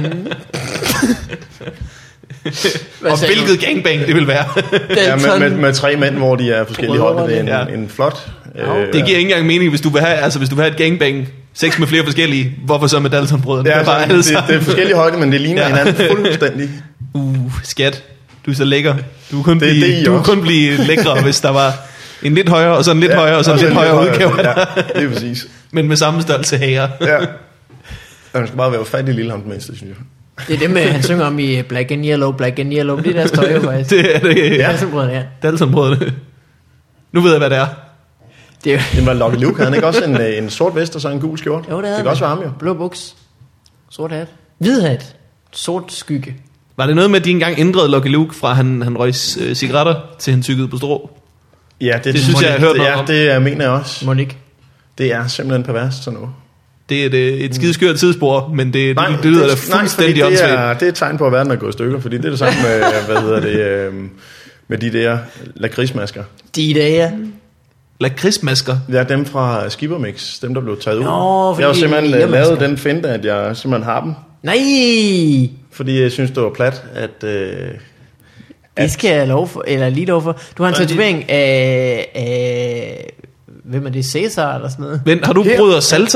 Og hvilket gangbang det vil være. Ja, med 3 mænd, hvor de er forskellige hold. Det er en flot... Det giver ikke engang mening, hvis du vil have et gangbang 6 med flere forskellige. Hvorfor så med Daltonbrødrene? Det er forskellige højde, men det ligner hinanden fuldstændig. Skat. Du er så lækker. Du kunne kun blive lækre, hvis der var en lidt højere, og så en lidt højere, og så en lidt højere udgave. Ja, det er præcis. Men med samme størrelse hager. Ja. Man skal bare være fattig lille ham, mindste, synes jeg. Det er dem, han synger om i Black and Yellow. Det er deres tøj, faktisk. Det er det. Ja. Daltonbrødrene, ja. Daltonbrødrene. Nu ved jeg, hvad det er. Det var Lucky Luke. Han ikke også en sort vest og så en gul skjort? Jo, det kan også være ham, jo. Blå buks. Sort hat. Hvid hat. Sort skygge. Var det noget med, at de engang ændrede Lucky Luke fra han røg cigaretter til han tykkede på strå? Ja, det synes jeg har hørt noget om. Det mener jeg også. Monique. Det er simpelthen perverst sådan noget. Det er et skideskørt tidsspor, men det lyder da fuldstændig åndssvagt. Det er et tegn på, at verden er gået i stykker, fordi det er det samme med, med de der lakridsmasker. De der, lakridsmasker? Ja, dem fra Skippermix, dem der blev taget ud. Jeg har simpelthen lavet den finte, at jeg simpelthen har dem. Nej! Fordi jeg synes, det var plat, at... det skal jeg lov for, eller lige lov for. Du har en tatovering af hvem er det? Cæsar eller sådan noget? Men har du brudt salsa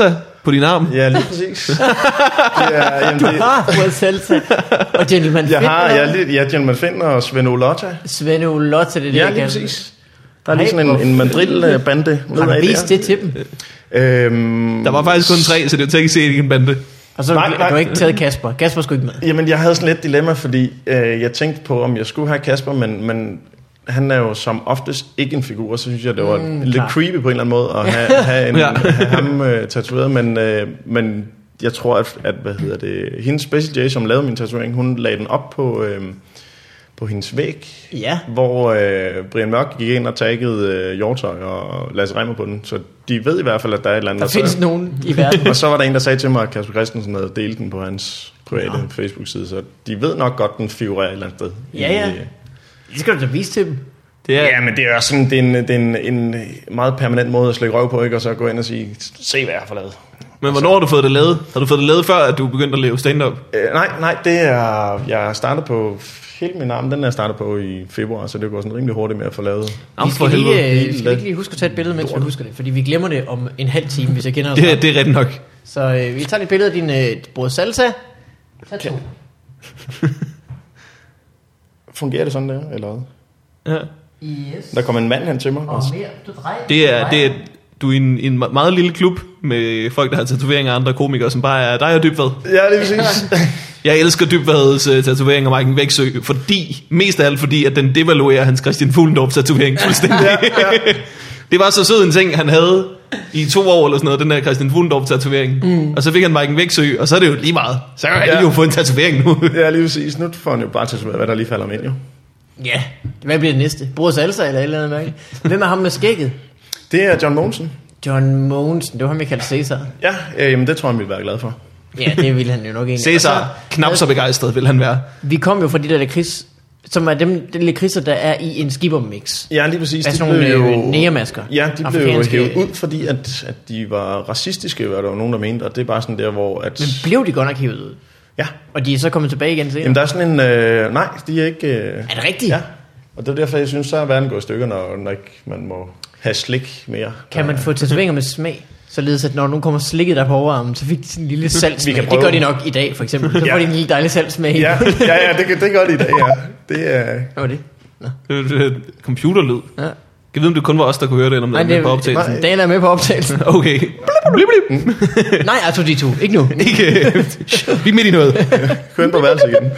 på din arm. Ja, lige præcis. Jamen, Du har fået salsa. Og Gentleman Finn. Gentleman Finn og Svend Olotta. Svend Olotta, det er det, Ja, jeg lige kalder præcis. Der er lige sådan en mandrillbande. Har du vist det til dem? Der var faktisk kun 3, så det var til at se en bande. Og så har du ikke taget Kasper. Kasper skulle ikke med. Jamen, jeg havde sådan lidt dilemma, fordi jeg tænkte på, om jeg skulle have Kasper, men han er jo som oftest ikke en figur, så synes jeg, det var lidt creepy på en eller anden måde at have ham tatoveret, men jeg tror, at hendes Special J, som lavede min tatovering, hun lagde den op på hendes væg, hvor Brian Mørk gik ind og taggede Hjortøj og Lasse Reimer på den, så de ved i hvert fald, at der er et eller andet. Der findes nogen i verden. Og så var der en, der sagde til mig, at Kasper Christensen havde delt den på hans private Facebook-side, så de ved nok godt, den figurerer et eller andet sted. Ja. Det skal du da vise til dem. Ja, men det er også sådan, det er en meget permanent måde at slække røv på, ikke? Og så gå ind og sige, se hvad jeg har fået lavet. Men hvornår har du fået det lavet? Har du fået det lavet før, at du begyndte at lave stand-up? Nej, det er, jeg startede på, hele min arm, den er startet på i februar, så det går sådan rimelig hurtigt med at få lavet. Vi skal ikke lige huske at tage et billede, mens vi husker det, fordi vi glemmer det om en halv time, hvis jeg kender os. Det er rigtigt nok. Så vi tager et billede af din bror salsa. Tag 2. Fungerer det sådan der, eller hvad? Ja. Yes. Der kommer en mand hen til mig. Og mere. Du drejer. Det er du er i en meget lille klub med folk, der har tatoveringer af andre komikere, som bare er dig og Dybvad. Ja, det er præcis. Jeg elsker Dybvads tatovering af Maiken Væksø, mest af alt fordi, at den devaluerer hans Christian Fuglendorf tatovering fuldstændig. Ja. Det var så sød en ting, han havde i 2 år eller sådan noget, den der Christian Fuglendorf tatovering. Og så fik han Maiken Væksø, og så er det jo lige meget. Så kan han jo få en tatovering nu. Ja, lige præcis. Nu får han jo bare tatoveret, hvad der lige falder om ind, jo. Ja, hvad bliver det næste? Bror salsa eller et eller andet mærke? Hvem er ham med skægget? Det er John Mogensen. John Mogensen, det var ham, jeg kaldte Cæsar. Ja, jamen det tror jeg, han ville være glad for. Ja, det ville han jo nok egentlig. Cæsar, knap så begejstret vil han være. Vi kom jo fra de der lakrids, som er de lakridser, der er i en skippermix. Ja, lige præcis. Altså nogle nægermasker. Ja, de blev jo hævet ud, fordi at de var racistiske, var der jo nogen, der mente, og det er bare sådan der, hvor at... Men blev de godt nok hævet ud? Ja. Og de er så kommet tilbage igen senere? Jamen der er sådan en... nej, de er ikke... Er det rigtigt? Ja. Og det er derfor, jeg synes, så er verden gået i stykker, når ikke man må have slik mere. Kan man få tatoveringer med smag? Således at når nogen kommer slikket der på overarmen, så fik de sådan en lille saltsmag. Det gør de nok i dag, for eksempel. Så får de en lille dejlig saltsmag. Ja, det gør de i dag, ja. Det er... Hvad var det? Nå. Det er computerlyd. Ja. Jeg ved, om det kun var os, der kunne høre det, eller om det er med på optagelsen. Dan er med på optagelsen. Okay. Nej, altså de to. Ikke nu. Ikke. Vi er midt i noget. Kør ind på værelse igen.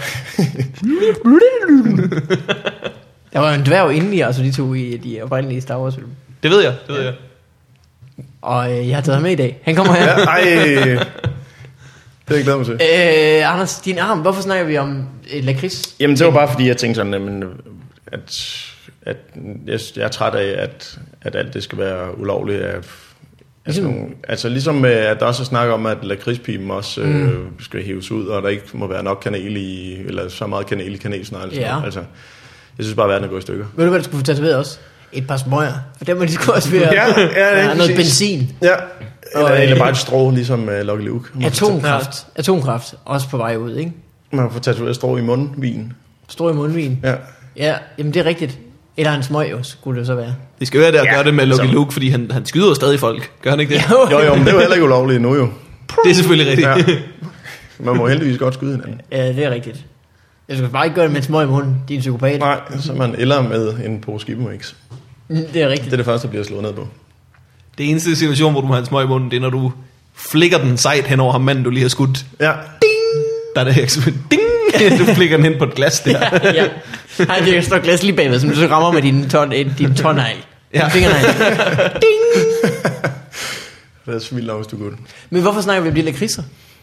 Der var en dværg inde i, altså de to i de oprindelige Star Wars film. Det ved jeg. Og jeg har taget ham med i dag. Han kommer her. Ja, ej. Det jeg glæder mig til. Anders, din arm, hvorfor snakker vi om lakrids? Jamen det var bare fordi, jeg tænkte sådan, at jeg er træt af, at alt det skal være ulovligt. Ligesom at der også er snak om, at lakridspipen også skal hæves ud, og der ikke må være nok kanel i, eller så meget kanel i kanelsnegl. Ja. Altså, jeg synes bare, at verden er gået i stykker. Ved du, hvad du skulle få tatoveret også? Et par smøger. For dem må de skulle også være noget benzin. Ja, eller bare et strå, ligesom Lucky Luke. Atomkraft. Også på vej ud, ikke? Man får tatoveret strå i mundvin. Strå i mundvin? Ja, jamen det er rigtigt. Eller en smøg jo, skulle det så være. Det skal være der og gøre det med Lucky Luke, fordi han skyder stadig folk. Gør han ikke det? Jo, men det er jo heller ikke ulovligt nu jo. Det er selvfølgelig rigtigt. Ja. Man må heldigvis godt skyde hinanden. Ja, det er rigtigt. Jeg skal bare ikke gøre det med en smøg i munden. De er en psykopat. Nej, så man eller med en pose skibemix. Det er rigtigt. Det er det første, der bliver slået ned på. Det eneste situation, hvor du må have en smøg i munden, det er, når du flikker den sejt hen over ham manden, du lige har skudt. Ja. Ding! Der er det her ding! Du flikker den hen på et glas der. Ja. Nej, det står glas lige bagved, som du så rammer med din tårnegl. Ja. Ding! Det er smidt hvis du kunne. Men hvorfor snakker vi om de lakridser?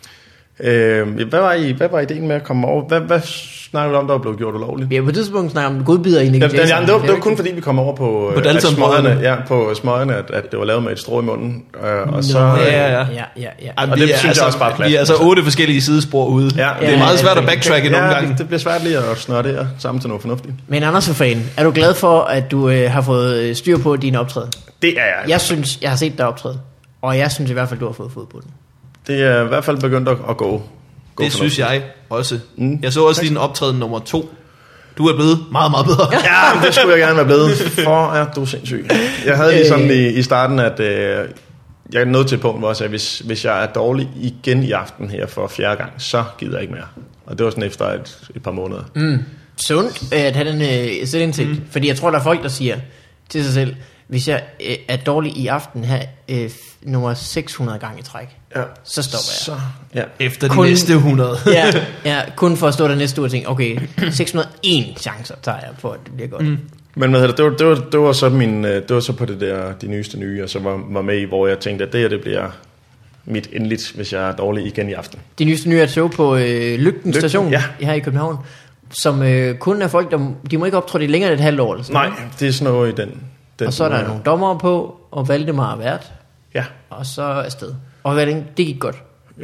Hvad var ideen med at komme over? Hvad snakker du om, der var blevet gjort ulovligt? Ja, på det tidspunkt snakker om godbidder i Nick Jason. Det var kun fordi, vi kom over på smøgerne. Ja, på smøgerne, at det var lavet med et strå i munden. Og så... Ja. Og det synes jeg også bare plads. Vi er altså 8 forskellige sidespor ude. Ja, det er meget svært at backtracke nogle gange. Det bliver svært lige at snøre det her sammen til noget fornuftigt. Men Anders er fan. Er du glad for, at du har fået styr på din optræden? Det er jeg. Jeg synes, jeg har set dig optræde. Og jeg synes i hvert fald, du har fået fod på den. Det er i hvert fald begyndt at gå. Det synes jeg også. Jeg så også din optræden nummer 2. Du er blevet meget, meget bedre. Ja, det skulle jeg gerne være blevet. For er du sindssyg. Jeg havde lige sådan i starten, at jeg er nået til et punkt, hvor jeg sagde, hvis jeg er dårlig igen i aften her for 4. gang, så gider jeg ikke mere. Og det var sådan efter et par måneder. Sundt at have den selvindsigt. Fordi jeg tror, der er folk, der siger til sig selv, hvis jeg er dårlig i aften her nummer 600 gange i træk, så stopper jeg. Efter de næste 100. ja, kun for at stå der næste uge og tænke, okay, 601 chancer tager jeg for, at det bliver godt. Men det var så det var så på det der, de nyeste nye, og så var med i, hvor jeg tænkte, at det bliver mit endeligt, hvis jeg er dårlig igen i aften. De nyeste nye er et show på Lygten Station her i København, som kun er folk, de må ikke optræde i længere end et halvt år. Eller sådan. Nej, det er sådan noget i den og så er der nogle dommere på, og Valdemar er vært. Ja. Og så afsted. Og det gik godt.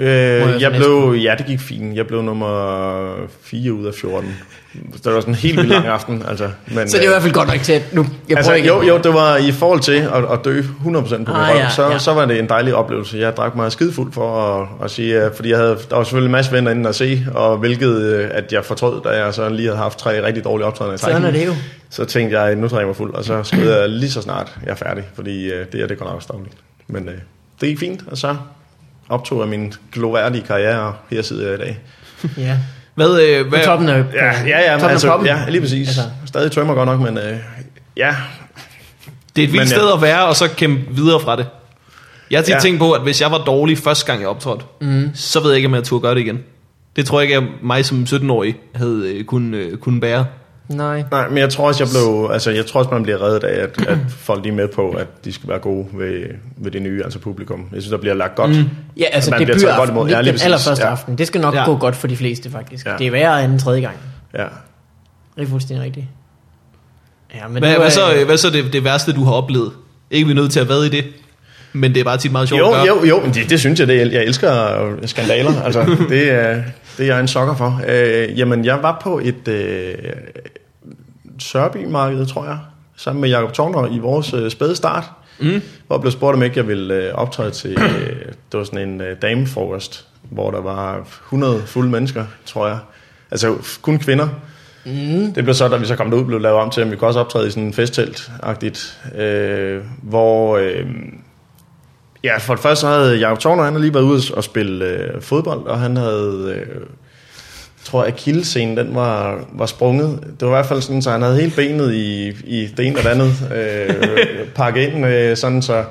Det gik fint. Jeg blev nummer 4 ud af 14. Det var sådan en helt vildt lang aften. Altså, men, så det er i hvert fald godt nok til, at nu jeg prøver ikke. Jo, det var i forhold til at dø 100% på min røv, så var det en dejlig oplevelse. Jeg drak mig skidefuld for at sige, fordi der var selvfølgelig en masse venner inden at se, og hvilket at jeg fortrød, da jeg så lige havde haft 3 rigtig dårlige optrædener i trækken. Sådan er det jo. Så tænkte jeg, nu drikker jeg mig fuld, og så skød jeg lige så snart jeg er færdig, fordi det går nok dagligt. Men det gik fint, og så optog jeg min gloværdige karriere, og her sidder jeg i dag. Ja. Hvad toppen af ja, lige præcis. Altså. Stadig tømmer godt nok, men ja. Det er et vildt sted at være, og så kæmpe videre fra det. Jeg har tit tænkt på, at hvis jeg var dårlig første gang jeg optrådte, så ved jeg ikke, om jeg turde gøre det igen. Det tror jeg ikke, at mig som 17-årig havde kunne bære. Nej, men jeg tror også, jeg tror også, man bliver reddet af, at folk er med på, at de skal være gode ved det nye, altså publikum. Jeg synes, der bliver lagt godt. Ja, altså det bliver godt imod. Den allerførste aften. Det skal nok gå godt for de fleste, faktisk. Det er værre end 3. gang. Ja. Det er fuldstændig rigtigt. Ja, men hvad så det værste, du har oplevet? Ikke vi er nødt til at være i det, men det er bare tit meget sjovt at gøre. Jo, men det synes jeg, jeg elsker skandaler. Altså, det er jeg en sokker for. Jamen, jeg var på et Sørby-marked, tror jeg, sammen med Jakob Torner i vores spæde start, hvor jeg blev spurgt, om ikke jeg ville optræde til, det var sådan en damefrokost, hvor der var 100 fulde mennesker, tror jeg. Altså kun kvinder. Det blev så, da vi så kom derud, blev lavet om til, at vi kunne også optræde i sådan en festtelt-agtigt, hvor... Ja, for det første så havde Jakob Torner, han havde lige været ude og spille fodbold, og han havde, tror jeg, akillessenen, den var sprunget. Det var i hvert fald sådan, så han havde hele benet i det ene og det andet pakket ind, sådan så,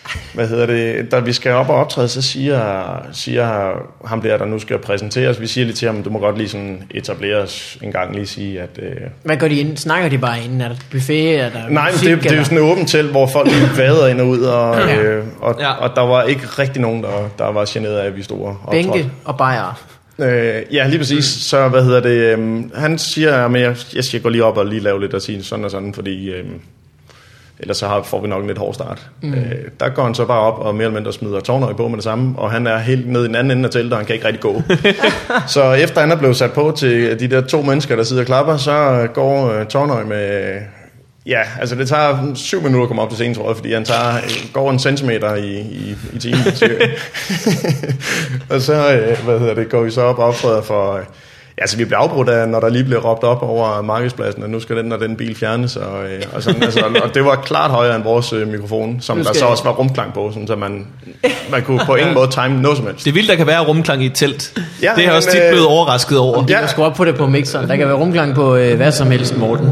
da vi skal op og optræde, så siger ham der nu skal præsenteres, vi siger lige til ham, du må godt lige sådan etableres en gang, lige sige, at... Hvad gør de inden? Snakker de bare inden? Er der buffet? Er der nej, musik, det er jo sådan et åbent telt, hvor folk vader ind og ud, og der var ikke rigtig nogen, der var generet af, at vi stod og optrådte. Bænke og bajere. Ja, lige præcis. Så han siger, at jeg skal gå lige op og lige lave lidt og sige sådan og sådan, fordi... ellers så får vi nok en lidt hård start. Der går han så bare op og mere eller mindre smider Tornøj på med det samme, og han er helt nede i den anden ende af teltet, og han kan ikke rigtig gå. Så efter han er blevet sat på til de der 2 mennesker, der sidder og klapper, så går Tornøj med... Ja, altså det tager 7 minutter at komme op til scenen, tror jeg, fordi han går 1 centimeter i timen. Og så går vi så op og optræder for... Altså vi bliver afbrudt af, når der lige bliver råbt op over markedspladsen, at nu skal den og den bil fjernes, og sådan, altså, og det var klart højere end vores mikrofon, som der så også var rumklang på, sådan, så man kunne på ingen måde time noget som helst. Det er vildt, der kan være rumklang i et telt. Ja, det har jeg også tit blevet overrasket over. De kan skrue op på det på mixeren. Der kan være rumklang på hvad som helst, Morten.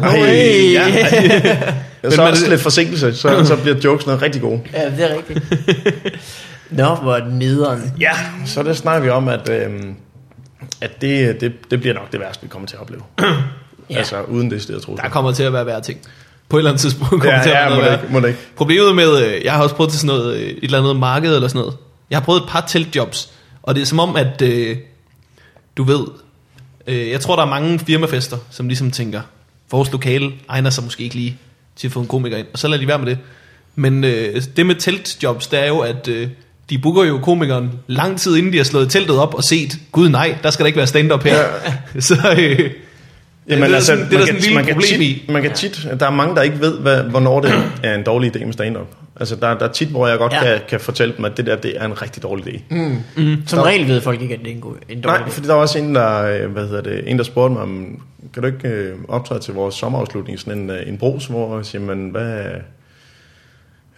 Så også lidt forsinkelse, så bliver jokesene rigtig gode. Ja, det er rigtigt. Nå, hvor er den nederen. Ja, så det snakker vi om, at det bliver nok det værste, vi kommer til at opleve. Ja. Altså uden det sted, jeg tror. Der kommer til at være værre ting. På et eller andet tidspunkt kommer til at være må det ikke. Problemet med, jeg har også prøvet til sådan noget, et eller andet marked eller sådan noget. Jeg har prøvet et par teltjobs, og det er som om, at du ved, jeg tror, der er mange firmafester, som ligesom tænker, vores lokale egner sig måske ikke lige til at få en komiker ind, og så lader de være med det. Men det med teltjobs, det er jo, at... de booker jo komikeren lang tid inden de har slået teltet op og set, gud nej, der skal der ikke være stand-up her. Ja. Så jamen, det er sådan en lille problem i. Man kan tit, der er mange, der ikke ved, hvornår det er en dårlig idé med stand-up. Altså der er tit, hvor jeg godt kan fortælle dem, at det er en rigtig dårlig idé. Som regel ved folk ikke, at det er en dårlig idé. Nej, fordi der var også en, der spurgte mig, om, kan du ikke optræde til vores sommerafslutning, sådan en brus, hvor jeg siger, men hvad...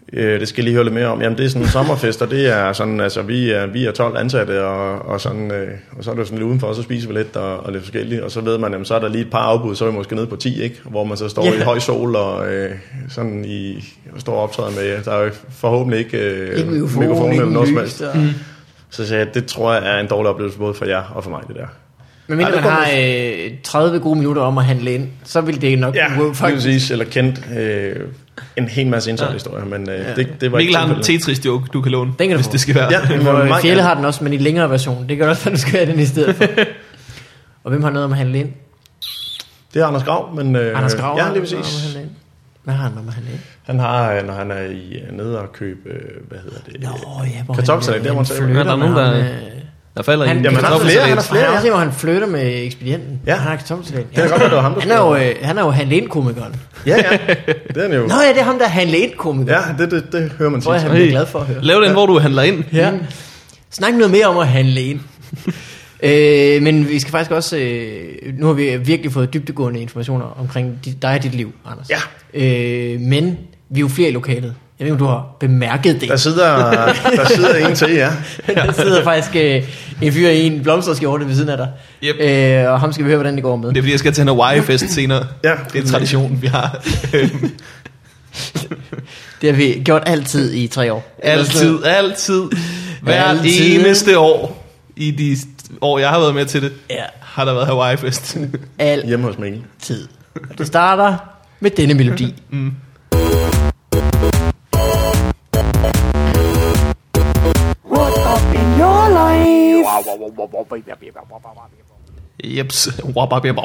Det skal jeg lige høre lidt mere om. Jamen det er sådan en sommerfest, og det er sådan, altså vi er 12 ansatte, og sådan, og så er det sådan lidt udenfor, så spiser vi lidt og lidt forskelligt, og så ved man, jamen, så er der lige et par afbud, så er vi måske nede på 10, ikke? Hvor man så står i høj sol og sådan og står og optræder med, der er jo forhåbentlig ikke mikrofon eller noget som helst. Så sagde jeg, det tror jeg er en dårlig oplevelse både for jer og for mig, det der. Men mindre man har 30 gode minutter om at handle ind, så vil det nok gå faktisk. Eller kendt en hel masse internethistorier, men det var Mikkel har en Tetris-joke, du kan låne, hvis det skal være. Ja, Fjelle har den også, men i længere version. Det gør også, at du skal have den i stedet for. Og hvem har noget om at handle ind? Det er Anders Grav, men... Anders Grav ja, lige præcis. Hvad har han om at handle ind? Han har, når han er nede og købe, hvad hedder det? Nå, kartoffelsalat, der må man sige. Der er nogen, der falder ind. Jamen, han har flere. Han har også hvor han flytter med ekspedienten. Ja. Han har kartoffelsalat. Det er godt, at det var ham, der han er jo handle-ind-komikeren. Ja, det er han jo. Nå ja, det er ham, der er handle-ind-komikeren. Ja, det hører man sige. Jeg bliver glad for at høre. Lav den, hvor du handler ind. Ja. Snak noget mere om at handle ind. Men vi skal faktisk også nu har vi virkelig fået dybdegående informationer omkring dig og dit liv, Anders. Ja. Men vi er jo flere i lokalet. Jeg ved ikke, om du har bemærket det. Der sidder en til, ja. Der sidder faktisk en fyr i en blomsterskjorte ved siden af dig. Yep. Og ham skal vi høre, hvordan det går med. Det er fordi, jeg skal til en Hawaii-fest senere. Ja. Det er en tradition, vi har. Det har vi gjort altid i 3 år. Altid. Hver eneste år i de år, jeg har været med til det, har der været Hawaii-fest. Hjemme hos Mikkel. Tid. Det starter med denne melodi. What's up in your life? Jeps. Det En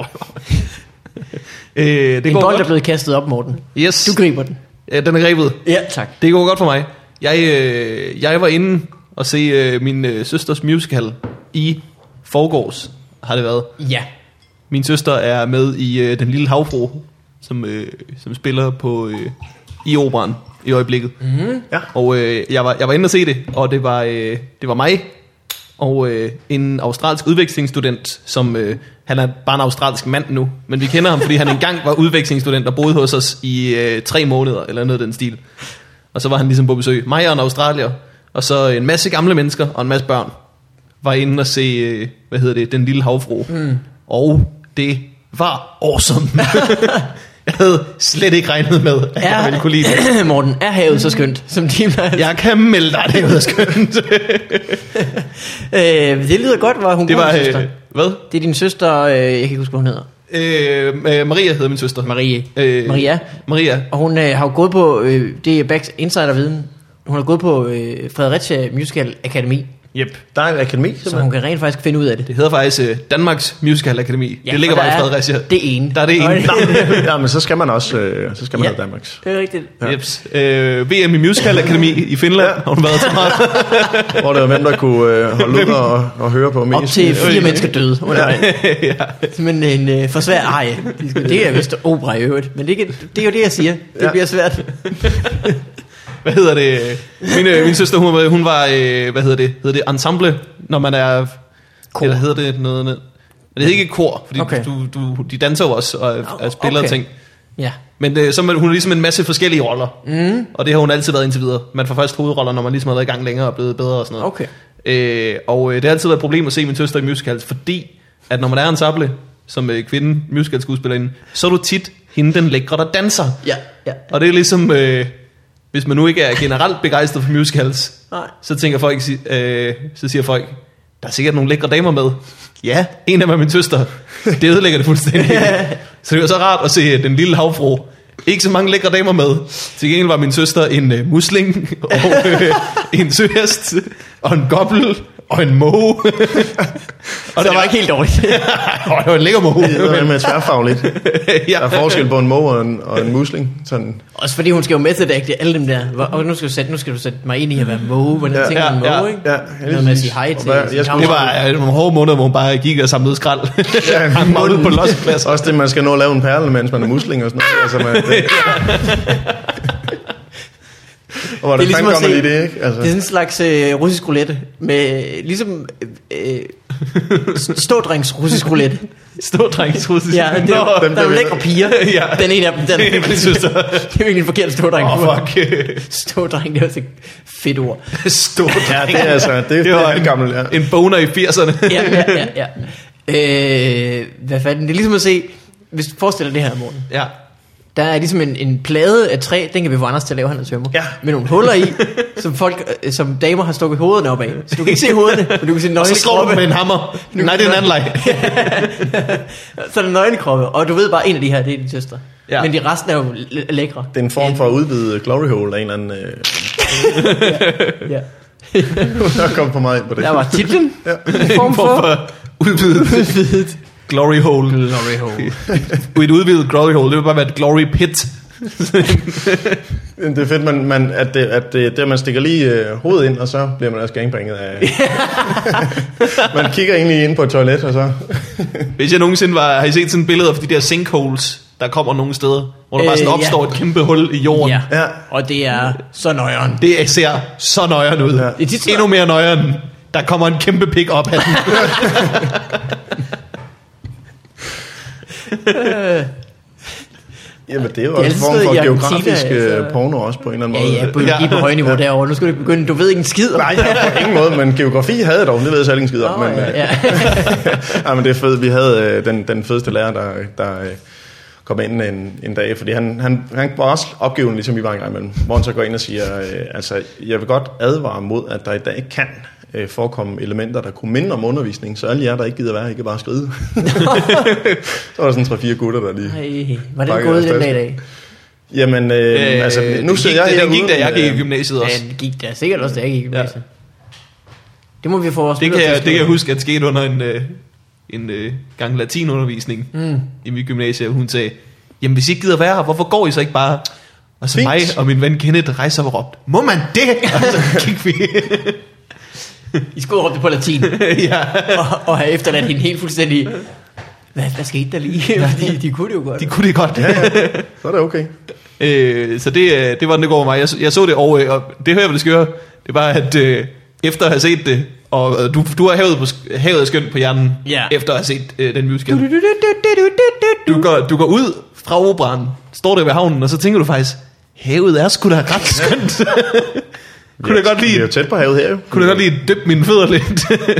går bold godt. er blevet kastet op, Morten. Yes. Du griber den. Ja, den er grebet. Ja, tak. Det går godt for mig. Jeg var inde og se min søsters musical i forgårs, har det været. Ja. Min søster er med i Den Lille Havfru, som spiller på i operan i øjeblikket. Mm-hmm. Ja. Og jeg var inde og se det, og det var mig og en australsk udvekslingsstudent, som han er bare en australsk mand nu, men vi kender ham, fordi han engang var udvekslingsstudent og boede hos os i 3 måneder, eller noget af den stil. Og så var han ligesom på besøg. Mig og en australier, og så en masse gamle mennesker og en masse børn var inde og se, Den Lille Havfru. Og det var awesome. Jeg havde slet ikke regnet med, at jeg ville kunne lide det. Morten, er havet så skønt, som de plejer? Jeg kan melde dig, det er skønt. Det lyder godt, hvor hun det var, søster. Hvad? Det er din søster, jeg kan ikke huske, hvad hun hedder. Maria hedder min søster. Maria. Og hun har jo gået på, det er Backs Insider-viden, hun har gået på Fredericia Musical Akademi. Yep. Der er en akademi, så hun kan rent faktisk finde ud af det. Det hedder faktisk Danmarks Musical Akademi. Det ligger bare i Fredericia. Det ene. Der er det ene. Ja, men så skal man også have Danmarks. Det er rigtigt. Ja. Jeps. VM i Musical Akademi i Finland har hun været til meget. Hvor det var hvem, der kunne holde ud og høre på mest. Op til 4 mennesker døde. Ja. Men en for svær arie. Det er vist opera i øvrigt. Men det er jo det, jeg siger. Det bliver svært. Hvad hedder det? Min søster, hun var, hedder det ensemble, når man er kor. Eller hedder det noget? Det hedder ikke kor, fordi de danser jo også og spiller ting. Ja. Men så hun er ligesom en masse forskellige roller. Og det har hun altid været indtil videre. Man får først hovedroller, når man ligesom har været i gang længere og blevet bedre og sådan noget. Okay. Og det har altid været et problem at se min søster i musicals, fordi at når man er ensemble som kvinde musicalskuespillerinde, så er du tit hende den lækre, der danser. Ja. Og det er ligesom... hvis man nu ikke er generelt begejstret for musicals, så tænker folk, så siger folk, der er sikkert nogle lækre damer med. Ja, en af dem er min søster. Det ødelægger det fuldstændig. Så det var så rart at se Den Lille Havfru. Ikke så mange lækre damer med. Til gengæld var min søster en musling, og en søhest, og en gobbel, og en måge. Og det var ikke helt dårligt. Det var en lækker måge. Det er med tværfagligt. Ja. Der er forskel på en måge og en musling. Sådan. Også fordi hun skal jo method-agte alle dem der. Og nu skal du sætte mig ind i at være måge. Hvordan tænker man måge, ikke? Ja, noget med at sige hej til. Det var nogle hårde måneder, hvor hun bare gik og samlede skrald. Han var ude på losseplads. Også det, man skal nå at lave en perle, mens man er musling og sådan noget. Altså, og hvor det ligesom kommer lige det, ikke? Altså. Det er sådan en slags russisk roulette med ligesom Stådrengs russisk roulette. Stådrengs russisk. Ja, det er, der er jo lækre piger. Ja. Den ene af dem, den Det er min søster. det er virkelig en forkert stådreng. Fuck. Stådreng, det er også et fedt ord. Stådreng. Ja, det er altså, det var er gammelt, ja. en boner i 80'erne. Ja. Hvad fanden? Det er ligesom at se, hvis du forestiller det her, Morten. Ja. Der er ligesom en plade af træ, den kan vi få Anders til at lave, han er tømmer. Ja. Med nogle huller i, som damer har stukket hovederne op af. Så du kan ikke se hovederne, men du kan se nøgne Og så slår du kroppe. med en hammer. Nej, det er en anden leg. Så er der nøgne kroppe, og du ved bare, en af de her, det er din søster. Ja. Men de resten er jo lækre. Det er en form for at udvide glory hole af en eller anden... Ja. Der kom for meget ind på det. Der var titlen. Ja. En form for udvidet glory hole. glory hole. Et udvidet glory hole, det vil bare være et glory pit. Det er fedt, at man stikker lige hovedet ind, og så bliver man også gangbanget af... Man kigger egentlig ind på et toilet, og så... Hvis jeg nogensinde har I set sådan et billede af de der sinkholes, der kommer nogle steder, hvor der bare sådan opstår et kæmpe hul i jorden. Ja. Ja. Og det er så nøjeren. Det ser så nøjeren ud. Ja. Endnu mere nøjeren. Der kommer en kæmpe pik op af den. Jamen, det er jo Det er også en form altid for i geografisk Argentina, altså. porno også på en eller anden måde. Ja, biologi på højniveau derovre. Nu skal du begynde, du ved ikke en skid om. Nej, på ingen måde, men geografi havde jeg dog, det ved jeg selv ikke en skid om. Men, ja. ja, men det er fedt. Vi havde den fedeste lærer, der kom ind en dag, fordi han var også opgivende, ligesom vi var en gang imellem, hvor han så går ind og siger, altså, jeg vil godt advare mod, at der i dag kan forekomme elementer, der kunne minde om undervisning, så alle jer, der ikke gider være, ikke bare skride. Så var der sådan 3-4 gutter, der lige... Var det gået den dag i dag? Jamen, altså, nu sidder jeg herude. Den gik, da jeg gik i gymnasiet også. Ja, den gik da sikkert også, da jeg gik i gymnasiet. Ja. Det må vi få os. Det kan jeg huske, at det skete under en gang latinundervisning i mit gymnasie. Hun sagde, jamen hvis I ikke gider være her, hvorfor går I så ikke bare? Og så mig og min ven Kenneth rejser og råbte, må man det? Og så gik vi... I skulle råbe det på latin. Ja. og have efterladt hende helt fuldstændig... Hvad skete der lige? Fordi de kunne det jo godt. De kunne det godt. Ja. Så er det okay. Så det var den, det går mig. Jeg så det over, og det hører jeg, hvad det skal gøre. Det var, at efter at have set det, og du har havet er skønt på hjernen, efter at have set den musical. Du går ud fra operan, står der ved havnen, og så tænker du faktisk, havet er sgu da ret skønt. Kunne jeg godt lide... Vi er jo tæt på havet her, jo. Kunne jeg godt lide dyppe mine fødder lidt.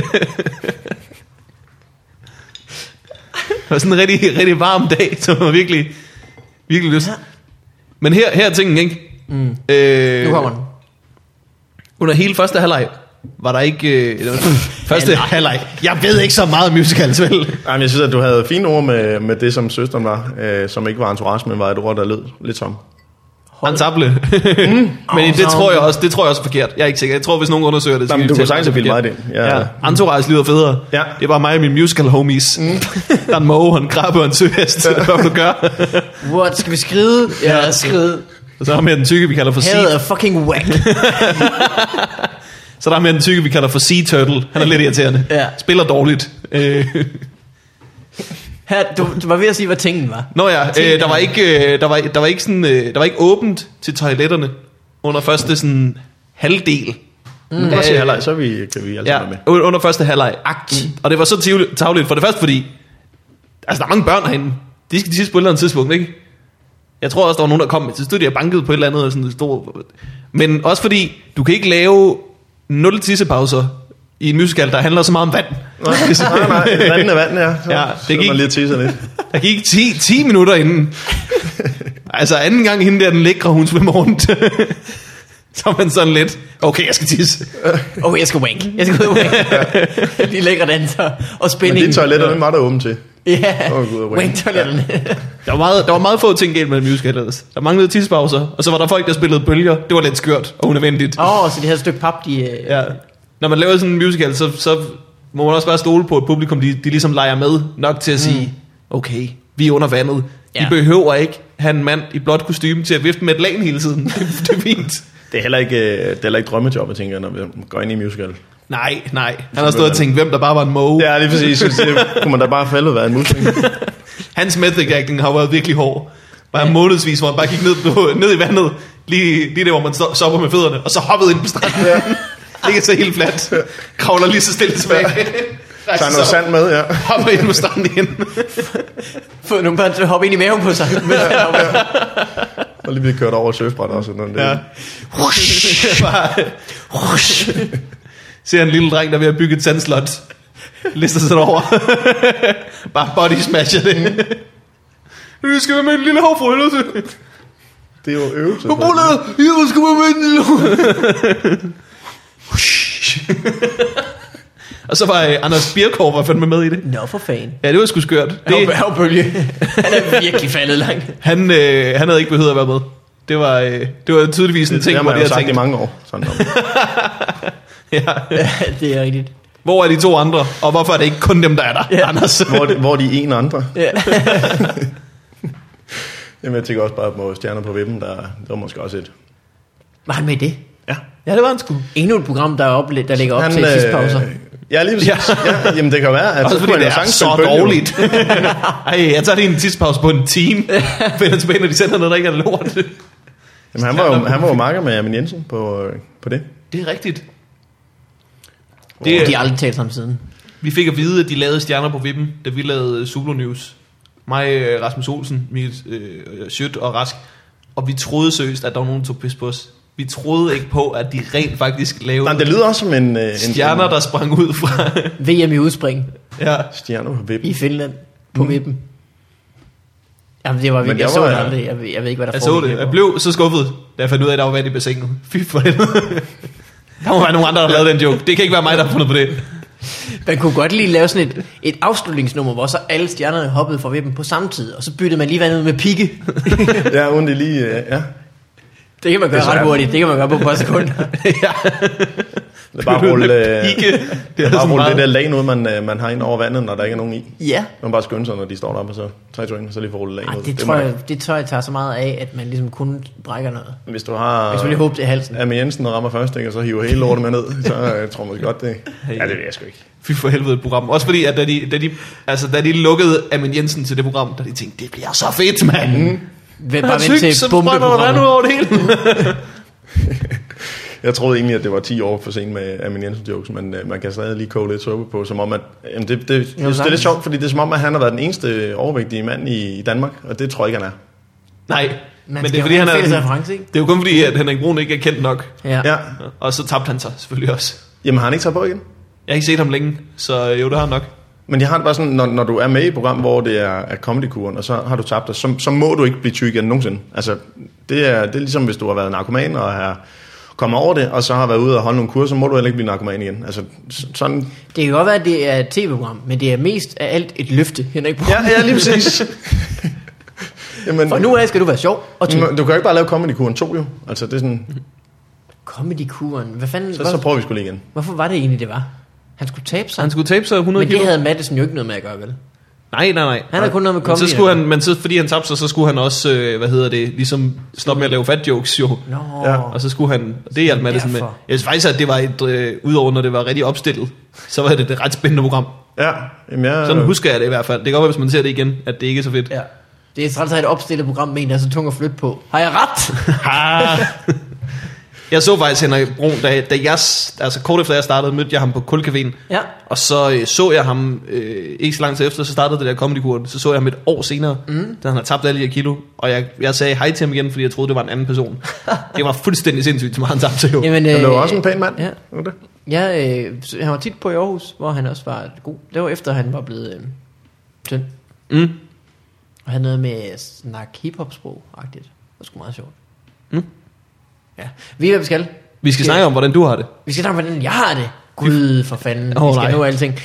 Det var sådan en rigtig, rigtig varm dag, som var virkelig lyst. Men her er tingen, ikke? Nu kommer den. Under hele første halvleg var der ikke... første halvleg. Jeg ved ikke så meget om musicals, vel? Jamen, jeg synes, at du havde fine ord med det, som søsteren var, som ikke var entourage, men var et ord, der lød lidt som. Ensemble. Men det tror jeg også er forkert. Jeg er ikke sikker. Jeg tror, hvis nogen undersøger det, så du kan sagtens bilde mig det. Ja. Entourage lyder federe. Ja. Det var mig og mine musical homies. Der er en måge, en krabbe og en søhest. Hvad vil du gøre? What? Skal vi skride? Ja, skride. Og så har vi den tykke, vi kalder for sea. Havet er fucking whack. Så der er den tykke, vi kalder for Sea Turtle. Han er lidt irriterende. Ja. Spiller dårligt. Her, du var ved at sige, hvad tingen var. Nå ja, der var ikke åbent til toiletterne under første sådan halvdel. Første halvleg, så kan vi altså være med. Under første halvleg. Og det var så tavligt for det første, fordi altså der er mange børn herinde. De skal sidst på et eller andet tidspunkt, ikke? Jeg tror også, der var nogen, der kom til studiet og bankede på et eller andet. Og sådan stor. Men også fordi, du kan ikke lave 0 tissepauser i en musical, der handler så meget om vand. Nej, vand er vand, ja. Så det gik, man lige tisser lidt. Der gik 10 minutter inden. Altså anden gang hende der, den lækre, hun svømmer rundt. Så er man sådan lidt, okay, jeg skal tisse. Jeg skal wank. Jeg skal ud og wank. De lækre danser og spænding. Men de toiletter, den var der åbent til. Ja, wank-toiletterne. Der var meget få ting galt med musical ellers. Der manglede tissepauser, og så var der folk, der spillede bølger. Det var lidt skørt og unødvendigt. Så det her stykke pap, de... Ja. Når man laver sådan en musical, så må man også bare stole på et publikum, de ligesom leger med nok til at sige, okay, vi er under vandet. De behøver ikke have en mand i blåt kostume til at vifte med et lagen hele tiden. Det er fint. Det er heller ikke drømmejob, jeg tænker, når vi går ind i musical. Nej. Han har stået og tænkt, hvem der bare var en måge. Ja, lige præcis. Det kunne man da bare falde være en musling. Hans method acting har været virkelig hård. Bare månedsvis, hvor han bare gik ned i vandet, lige der, hvor man sopper med fødderne, og så hoppede ind på stranden. Ligger så helt fladt. Kravler lige så stille tilbage. Tager noget sand med, ja. Hopper ind på stranden igen. Få nogle børn til at hoppe ind i maven på sig. Og lige blive kørt over surfbræt også. Ja. Ser en lille dreng, der er ved at bygge et sandslot. Lister sig over. Bare body smasher det. Vi skal være med en lille hov for helvede. Det er jo øvelse. Jeg skal være med en lille hov. Og så var Anders Birkov var fandme med i det. Nå, for fan. Ja, det var sgu skørt. Han er bølge. Han er virkelig faldet langt. Han havde ikke behøvet at være med. Det var tydeligvis en ting, hvor det har sagt tænkt i mange år. Sådan ja. Det er rigtigt. Hvor er de to andre? Og hvorfor er det ikke kun dem, der er der, ja. Anders? Hvor er de en andre? Ja. Jamen, jeg tænker også bare på Stjerner på Vippen, der var måske også et. Var han med i det? Ja. Ja, det var han sgu. Endnu et program, der ligger op til sidste pauser. Ja, lige præcis. Ja, jamen, det kan være, at også fordi det er så dårligt. Ej, jeg tager lige en tidspause på en time. Finder tilbage, når de sender noget, der ikke er lort. Jamen, han var jo marker med Amin Jensen på det. Det er rigtigt. De har aldrig talt sammen siden. Vi fik at vide, at de lavede Stjerner på Vippen, da vi lavede Zulu News. Mig, Rasmus Olsen, Schødt og Rask. Og vi troede seriøst, at der var nogen, der tog pis på os. Vi troede ikke på, at de rent faktisk lavede... Nej, det lyder også som en stjerner, der sprang ud fra... VM i udspring. Ja. Stjerner på Vippen. I Finland. På Vippen. Jamen, det var virkelig... Jeg så det aldrig. Jeg ved ikke, hvad der foregik. Jeg blev så skuffet, da jeg fandt ud af, at der var vand i bassinet. Fy for helvede. Der må være nogle andre, der lavede den joke. Det kan ikke være mig, der har fundet på det. Man kunne godt lige lave sådan et afslutningsnummer, hvor så alle stjernerne hoppede fra Vippen på samme tid, og så byttede man lige vandet ud med pigge. Ja, uden det lige... Ja. Det kan man gøre ret hurtigt. Det kan man gøre på et par sekunder. Ja. Det er bare rulle det der lag ud, man har ind over vandet, når der ikke er nogen i. Ja. Man bare skynde sig, når de står deroppe, og så tager jeg så lige for rulle lag ud. Det tror jeg tager så meget af, at man ligesom kun brækker noget. Hvis du har... Jeg skulle lige håbe det i halsen. Amin Jensen, der rammer først, og så hiver hele lortet med ned, så tror man godt det... Ja, det ved jeg sgu ikke. Fy for helvede et program. Også fordi, at da de lukkede Amin Jensen til det program, der de tænkte, det bliver så fedt, mand. Bare vent til bombeprogrammet. Over det hele. Jeg troede egentlig, at det var 10 år for sent med Amin Jensen jokes, men man kan stadig lige koge lidt suppe på, som om at... Jamen det er lidt sjovt, fordi det er som om, at han har været den eneste overvægtige mand i Danmark, og det tror jeg ikke, han er. Nej, men det er fordi, han er... Det er jo kun fordi, at Henrik Brun ikke er kendt nok. Ja. Og så tabte han sig selvfølgelig også. Jamen har han ikke taget på igen? Jeg har ikke set ham længe, så jo, det har han nok. Men jeg har det bare sådan, når du er med i et program, hvor det er comedy-kuren, og så har du tabt dig, så må du ikke blive tyk igen nogensinde. Altså, det er ligesom, hvis du har været narkoman og har kommet over det, og så har været ude og holde nogle kurser, så må du heller ikke blive narkoman igen. Altså, sådan... Det kan godt være, at det er et tv-program, men det er mest af alt et løfte, Henrik. Ja, lige præcis. Jamen, for nu af skal du være sjov og tyk. Du kan jo ikke bare lave comedy-kuren 2, jo. Altså, det er sådan... Comedy-kuren? Hvad fanden... Så prøver vi sgu lige igen. Hvorfor var det egentlig, det var? Han skulle tabe sig. 100 Men det havde Madsen jo ikke noget med at gøre, vel? Nej. Han havde kun noget med comedy. Men så skulle han, fordi han tabte sig, så skulle han også, ligesom stoppe med at lave fat jokes, jo. Ja. Og så skulle han, det hjalp Madsen med. Jeg synes faktisk, at det var udover når det var rigtig opstillet, så var det et ret spændende program. Ja. Jamen, sådan husker jeg det i hvert fald. Det kan godt være, hvis man ser det igen, at det ikke er så fedt. Ja. Det er træls at have et opstillet program med en, der er så tung at flytte på. Har jeg ret? Jeg så faktisk Henrik Brun, da jeg, altså kort efter jeg startede, mødte jeg ham på Kulcaféen. Ja. Og så jeg ham, ikke så lang tid efter, så startede det der comedy-kuren. Så jeg ham et år senere, da han har tabt alle de her kilo. Og jeg sagde hej til ham igen, fordi jeg troede, det var en anden person. Det var fuldstændig sindssygt, som han tabte jo. Jamen, han var også en pæn mand. Ja. Han var tit på i Aarhus, hvor han også var god. Det var efter, han var blevet tynd. Og han havde med at snakke hiphop-sprog-agtigt. Det var sgu meget sjovt. Ja. Vi skal snakke om, hvordan du har det. Vi skal snakke om, hvordan jeg har det. Gud for fanden. Vi skal nå alting.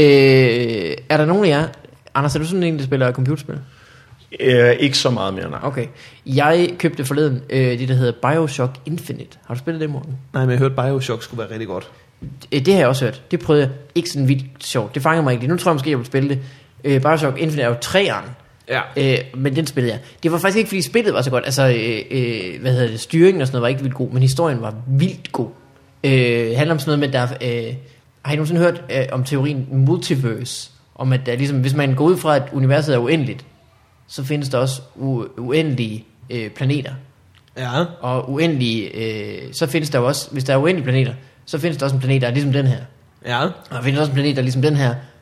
Er der nogen af jer... Anders, er du sådan en, der spiller computerspil? Ikke så meget mere, nej. Okay. Jeg købte forleden det, der hedder BioShock Infinite. Har du spillet det, Morten? Nej, men jeg hørte, BioShock skulle være rigtig godt. Det har jeg også hørt. Det prøvede jeg. Ikke sådan vildt sjovt. Det fanger mig ikke. Nu tror jeg måske, jeg vil spille det. BioShock Infinite er jo 3'eren. Ja. Men den spillede jeg. Det var faktisk ikke, fordi spillet var så godt. Altså, styringen og sådan noget var ikke vildt god, men historien var vildt god. Handler om sådan noget med, der har I nogensinde hørt om teorien multiverse? Om at der, ligesom, hvis man går ud fra, at universet er uendeligt, så findes der også uendelige planeter. Ja. Og uendelige, så findes der også, hvis der er uendelige planeter, så findes der også en planet, der er ligesom den her. Ja. Og der findes også en planet, der er ligesom den her,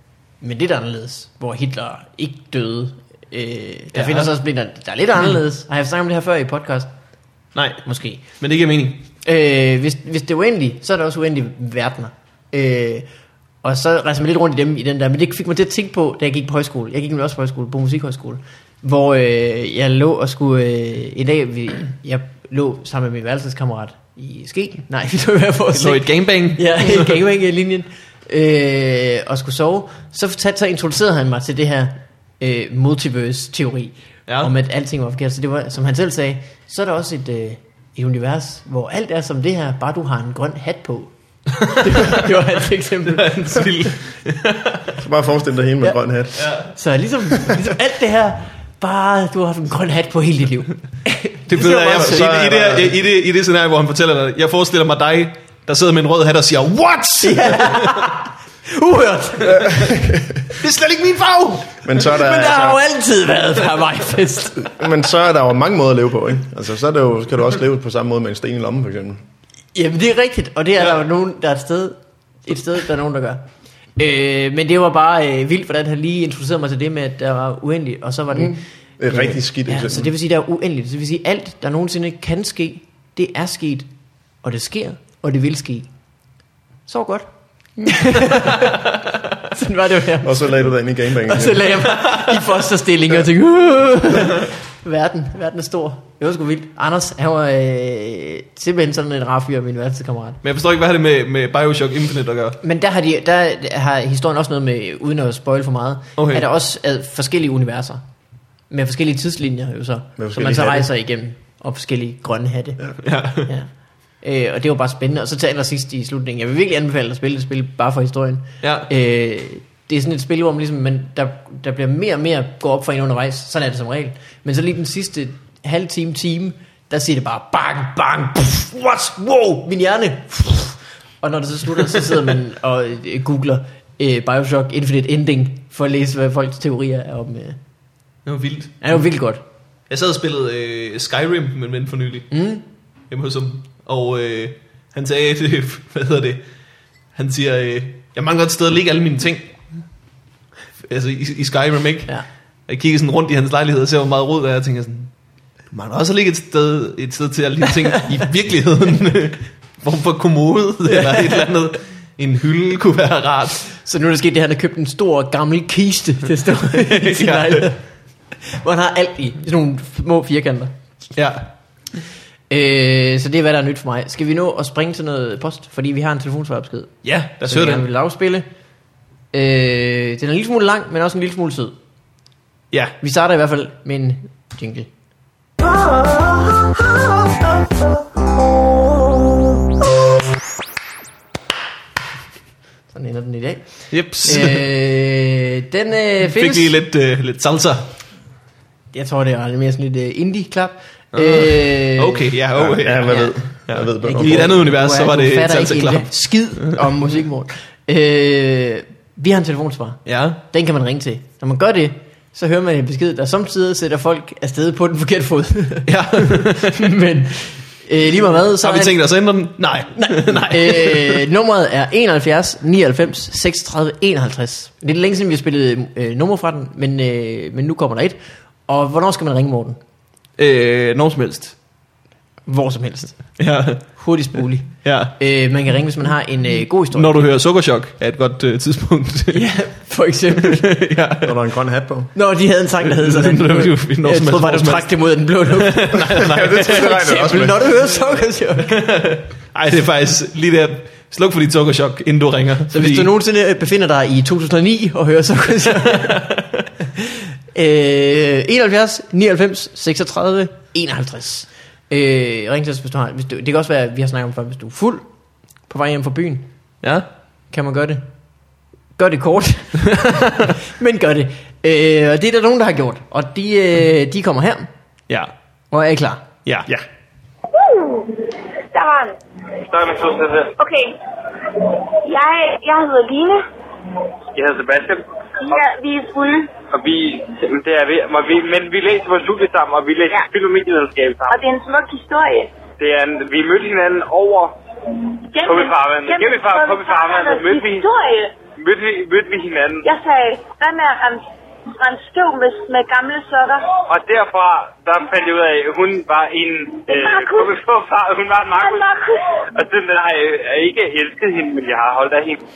men lidt anderledes, hvor Hitler ikke døde. Der findes også splinter, der er lidt anderledes. Har jeg snakket om det her før i podcast? Nej, Måske. men det giver mening. Hvis det er uendeligt, så er der også uendelige verdener. Og så rejser man lidt rundt i dem i den der. Men det fik mig til at tænke på, da jeg gik på højskole. Jeg gik også på højskole, på musikhøjskole. Hvor jeg lå og skulle... en dag, jeg lå sammen med min værelseskammerat i Ske. Nej, vi lå i hver for os. Så et gangbang. Ja, i gangbang-linjen. Og skulle sove. Så introducerede han mig til det her multiverse-teori. Ja. Om at alting var forkert. Så det var, som han selv sagde, så er der også et univers, hvor alt er som det her, bare du har en grøn hat på. det var hans eksempel. Så bare forestil dig hele med grøn hat. Ja. Så ligesom alt det her, bare du har haft en grøn hat på hele dit liv. Det bedre er, i det scenarie, hvor han fortæller dig, jeg forestiller mig dig, der sidder med en rød hat og siger, what? Ja. Uhørt. Det er slet ikke min farve. Men der har jo altid været Hawaii-fest. Men så er der jo mange måder at leve på, ikke? Altså, så er det jo, kan du også leve på samme måde med en sten i lommen, for eksempel. Jamen, det er rigtigt. Og det er der jo nogen, der er et sted, der er nogen, der gør. Men det var bare vildt, hvordan han lige introducerede mig til det med, at der var uendeligt. Og så var det... Det er rigtig skidt. Ja, så det vil sige, der er uendeligt. Så det vil sige, alt, der nogensinde kan ske, det er sket. Og det sker, og det vil ske. Så godt. Sådan var det jo her. Og så lagde du dig ind i gangbang. Og så lagde jeg mig i fosterstilling og tænkte, verden er stor. Det var sgu vildt. Anders, han var simpelthen sådan en rar fyr, min værelsekammerat. Men jeg forstår ikke, hvad har det med Bioshock Infinite at gøre? Men der har historien også noget med, uden at spoil for meget, er der også forskellige universer. Med forskellige tidslinjer jo så. Som man så rejser igennem. Og forskellige grønne hatte. Ja. Og det var bare spændende. Og så til allersidst i slutningen, jeg vil virkelig anbefale at spille det spil bare for historien. Ja. Det er sådan et spil, hvor man ligesom, der bliver mere og mere gå op for en undervejs. Sådan er det som regel. Men så lige den sidste halve time, der siger det bare bang, bang, pff, what, wow, min hjerne. Pff. Og når det så slutter, så sidder man og googler Bioshock Infinite Ending for at læse, hvad folks teorier er om. Det var vildt. Ja, det var vildt godt. Jeg sad og spillede Skyrim med en ven for nylig. Hjemme hos ham. Og han sagde, han siger, jeg mangler et sted at lægge alle mine ting. Altså i Skyrim, ikke? Ja. Jeg kigger sådan rundt i hans lejlighed og ser, hvor meget rod der er. Jeg tænker sådan, du mangler også at lægge et sted til alle dine ting i virkeligheden. Form for kommode eller et eller andet. En hylde kunne være rart. Så nu er der sket det, han har købt en stor gammel kiste til at stå i sin lejlighed. Hvor han har alt i sådan nogle små firkanter. Ja. Så det er hvad der er nyt for mig. Skal vi nå at springe til noget post? Fordi vi har en telefonsvaropsked. Ja, der søger den. Som vi vil afspille. Den er en lille smule lang, men også en lille smule sød. Ja. Vi starter i hvert fald med en jingle. Sådan ender den i dag. Jeps. Den findes... Fik lige lidt salsa. Jeg tror det er mere sådan lidt indie-klap. Okay, ja, okay. Ja, hvad ved. Jeg ved i et andet univers, så var det salsa-klap. Skid om musikmål. Vi har en telefonsvar. Ja. Den kan man ringe til. Når man gør det, så hører man en besked, der samtidig sætter folk afsted på den forkerte fod. Ja. Men lige meget hvad, så har vi tænkt os at ændre den? Nej. Nummeret er 71 99 36 51. Det er længe siden vi har spillet nummer fra den, men nu kommer der et. Og hvornår skal man ringe, Morten? Når som helst. Hvor som helst. Ja. Hurtigst muligt. Ja. Man kan ringe, hvis man har en god historie. Når du hører Sukkerchok er et godt tidspunkt. Ja, for eksempel. Ja. Når der er en grøn hat på. Når de havde en sang, der hed sådan. Jeg troede bare, du trak det mod den blå luft. nej. Ja, det regner også med. Når du hører Sukkerchok. Ej, det er faktisk lige der. Sluk for dit Sukkerchok, inden du ringer. Så hvis du nogensinde befinder dig i 2009 og hører Sukkerchok. 71 99 36 51. Ring til os, hvis du har. Det kan også være, at vi har snakket om før, hvis du er fuld på vej hjem fra byen. Ja. Kan man gøre det? Gør det kort. Men gør det. Og det er der nogen, der har gjort. Og de kommer her. Ja. Og er I klar? Ja. Ja. Der var den. Okay. Jeg hedder Line. Jeg hedder Sebastian. Ja, vi er fulde. Og men vi læser vores studie sammen, og vi læser film- og medievidenskab sammen. Og det er en smuk historie. Vi mødte hinanden over Pumpefarvandet. Mødte vi mødte vi hinanden. Jeg sagde, hvad med at rense støv med gamle sokker? Og derfra, der fandt jeg ud af, at hun var en... hun var en Markus. Og sådan, der har jeg ikke elsket hende, men jeg har holdt af hende.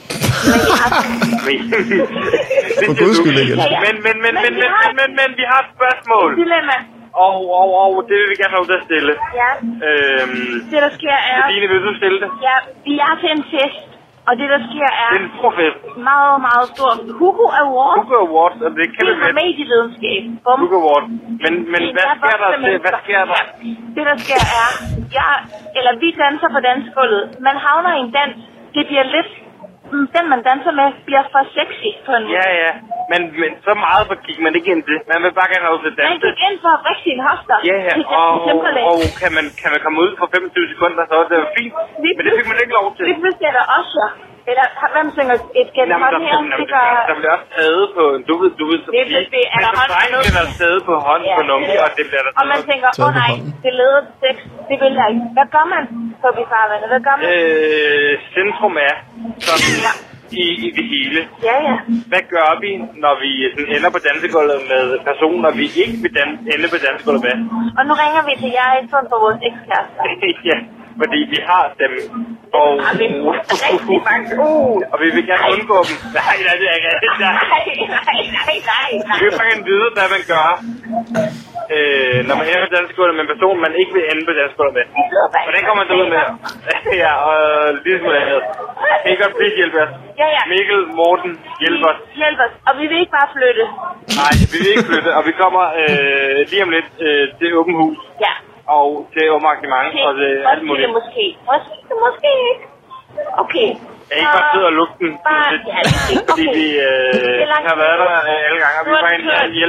For guds skyld ikke. Men vi har et spørgsmål. Dilemma. Og det vil vi gerne have lov til at stille. Ja. Det der sker er... Line, vil du stille det? Ja, vi er til en fest. Og det der sker er... Det er en stor fest. Meget, meget stor. Hugo Awards. Hugo Awards, og det er kæmpe fedt. Det er medievidenskab. Hugo Awards. Men hvad sker der til? Hvad sker der? Det der sker er... vi danser på dansegulvet. Man havner i en dans. Det bliver lidt... Den man danser med bliver for sexy på en måde. Ja. Men så meget gik man ikke ind til. Man vil bare gerne have lov til at danse. Man gik ind for at brække sine hofter. Ja. Og kan man komme ud for 25 sekunder, så er det jo fint. Men det fik man ikke lov til. Det synes jeg da også. Eller hvem synger et gennem hånd her? Der bliver også taget på... Du ved, det er der hånd på noget. Der taget på hånden på nummer, og det bliver der taget. Og man tænker, nej, det leder til sex. Det vil jeg ikke. Hvad gør man på bifarvandet? Hvad gør man? Centrum er sådan i det hele. Ja. Hvad gør vi, når vi ender på dansegulvet med personer, vi ikke vil ende på dansegulvet med? Og nu ringer vi til jer i stedet for vores ekskærester. Ja. Fordi vi har dem, og vi vil gerne undgå dem. Nej, det er ikke. Nej. Vi vil bare gerne vide, hvad man gør, når man ender på dansegulvet med en person, man ikke vil ende på dansegulvet med. Hvordan kommer man derud med? Ja, og lige som andet. Mikkel, please hjælp os. Ja. Mikkel, Morten, hjælp os. Og vi vil ikke bare flytte. Nej, vi vil ikke flytte, og vi kommer lige om lidt til åben hus. Ja. Og til arrangement og det alt muligt. Måske ikke. Okay. Jeg ikke bare sidder og lugte den. Fordi vi har været der alle gange, og vi får en hjælp.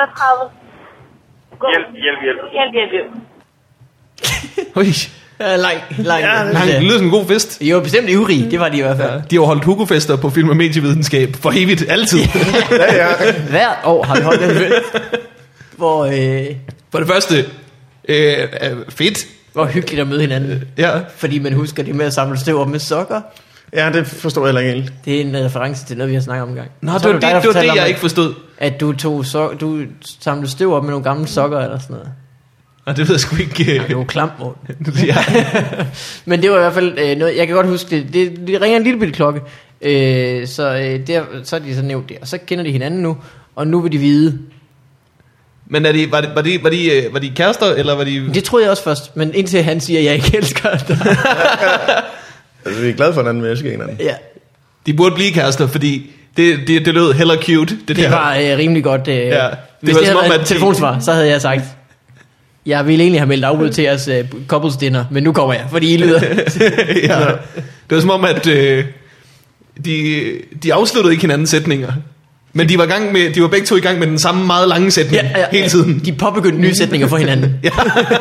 2:38. Hjælp. Ui. Lang. Det lyder som en god fest. I var bestemt ivrige, det var de i hvert fald. Ja, de har holdt Hugo-fester på film- og medievidenskab for evigt, altid. Ja. Hvert år har vi holdt den fest. Hvor... For det første... fedt. Hvor hyggeligt at møde hinanden. Ja. Fordi man husker det med at samle støv op med sokker. Ja, det forstår jeg heller ikke helt. Det er en reference til noget, vi har snakket om en gang. Nå, det var det, jeg ikke forstod. At du samlede støv op med nogle gamle sokker eller sådan noget. Og det ved jeg sgu ikke. Det var klamt, Morten. Ja. Men det var i hvert fald noget, jeg kan godt huske det. Det ringer en lille bitte klokke. Så er de så nævnt det. Og så kender de hinanden nu. Og nu vil de vide. Men var de kærester, eller var de... Det troede jeg også først, men indtil han siger, at jeg ikke elsker dig. Altså, vi er glade for hinanden, vi elsker hinanden. Ja. De burde blive kærester, fordi det lød heller cute. Det var rimelig godt. Ja. Hvis det havde været et telefonsvar, så havde jeg sagt, jeg ville egentlig have meldt afbud til jeres couples dinner, men nu kommer jeg, fordi I lyder. Ja. Det var som om, at de afsluttede ikke hinandens sætninger. Men de var begge to i gang med den samme meget lange sætning hele tiden. De påbegyndte nye sætninger for hinanden. Ja.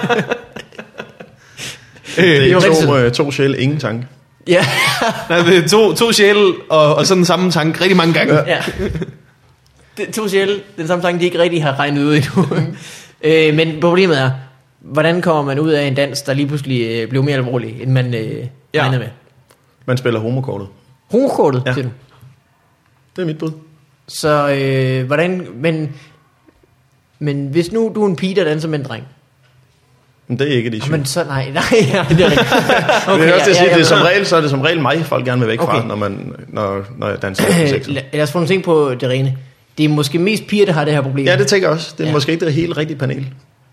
Det er to sjæle, ingen tanke. Ja. Nej, det er to sjæle og sådan samme tanke rigtig mange gange. Ja. To sjæle, den samme tanke, de ikke rigtig har regnet ud endnu. Men problemet er, hvordan kommer man ud af en dans, der lige pludselig blev mere alvorlig, end man regnede med? Man spiller homokortet. Homokortet, ja. Siger du? Det er mit bud. Så hvordan... Men hvis nu du er en pige, der danser med en dreng. Men det er ikke det. Men så nej, det er rigtigt. Okay, det er også til at sige, så er det som regel mig, folk gerne vil væk fra, når jeg danser med sex. Lad os få nogle ting på det rene. Det er måske mest piger, der har det her problem. Ja, det tænker jeg også. Det er måske ikke det helt rigtige panel.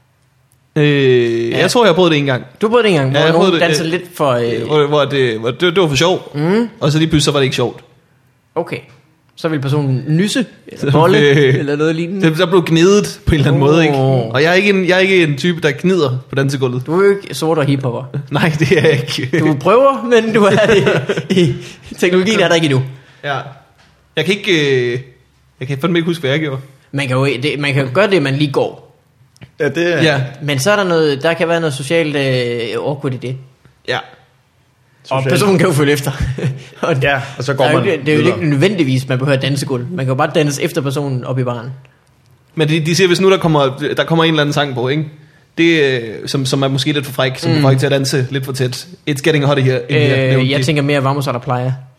Jeg tror, jeg har prøvet det en gang. Du har prøvet det en gang, hvor nogen danser lidt for... Hvor det var for sjov, og så lige pludselig så var det ikke sjovt. Okay. Så vil personen nysse, eller bolle, eller noget lignende. Det blev gnidet på en eller anden måde, ikke? Og jeg er ikke en type, der gnider på dansegulvet. Du er jo ikke sort og hiphopper. Nej, det er jeg ikke. Du prøver, men du er det. Teknologien er der ikke endnu. Ja. Jeg kan fandme ikke huske, hvad jeg gjorde. Man kan gøre det, man lige går. Ja, det er... Ja. Men så er der noget, der kan være noget socialt awkward i det. Ja. Og personen kan jo følge efter. Og så går man det er jo ikke nødvendigvis, man behøver dansegulv. Man kan jo bare danse efter personen op i baren. Men de siger, hvis nu der kommer en eller anden sang på, ikke? Det, som er måske lidt for fræk, som får ikke til at danse lidt for tæt. It's getting hot here. Jeg tænker mere Vamos a la Playa.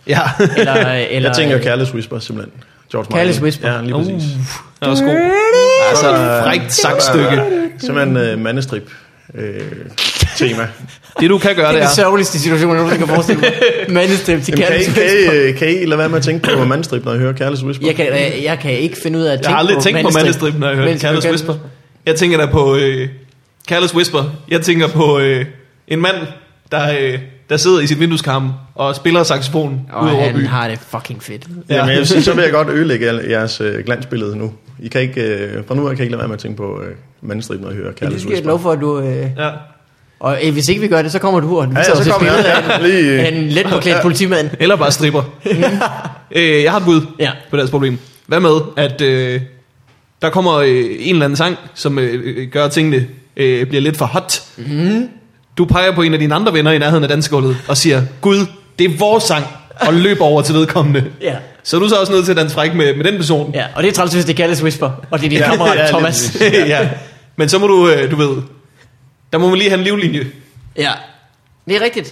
Ja. Eller, Jeg tænker Careless Whisper, simpelthen. George Martin. Careless Whisper. Ja, lige præcis. Det var sko. Altså et frækt sangstykke. Simpelthen mandestrip tema. Det du kan gøre, det det er er... den sørgeligste situation, jeg nogensinde kan forestille mig. Mandestrip til Careless Whisper. Kan I lade være med at tænke på mandestrip, når I hører Careless Whisper? Jeg kan ikke finde ud af at tænke på Jeg har aldrig tænkt på mandestrip, når jeg hører Careless Whisper. Jeg tænker da på Careless Whisper. Jeg tænker på en mand, der sidder i sit vindueskarm og spiller saxofon ud over byen. Han har det fucking fedt. Ja. Jamen, jeg synes, så vil jeg godt ødelægge jeres glansbillede nu. I kan ikke, fra nu af kan I ikke lade være med at tænke på mandestrip, når I hører Careless Whisper. Det skal jeg lov for, at du... Ja. Og hvis ikke vi gør det, så kommer du og viser så kommer jeg af en let påklædt politimand. Eller bare stripper. Jeg har et bud på deres problem. Hvad med, at der kommer en eller anden sang, som gør, at tingene bliver lidt for hot. Mm. Du peger på en af dine andre venner i nærheden af dansegulvet og siger, Gud, det er vores sang, og løber over til vedkommende. Ja. Så er du så også nødt til at danse fræk med den person. Ja, og det er træls, hvis det kaldes Whisper, og det er din kammerat Thomas. Ja. Men så må du ved, der må man lige have en livlinje. Ja, det er rigtigt.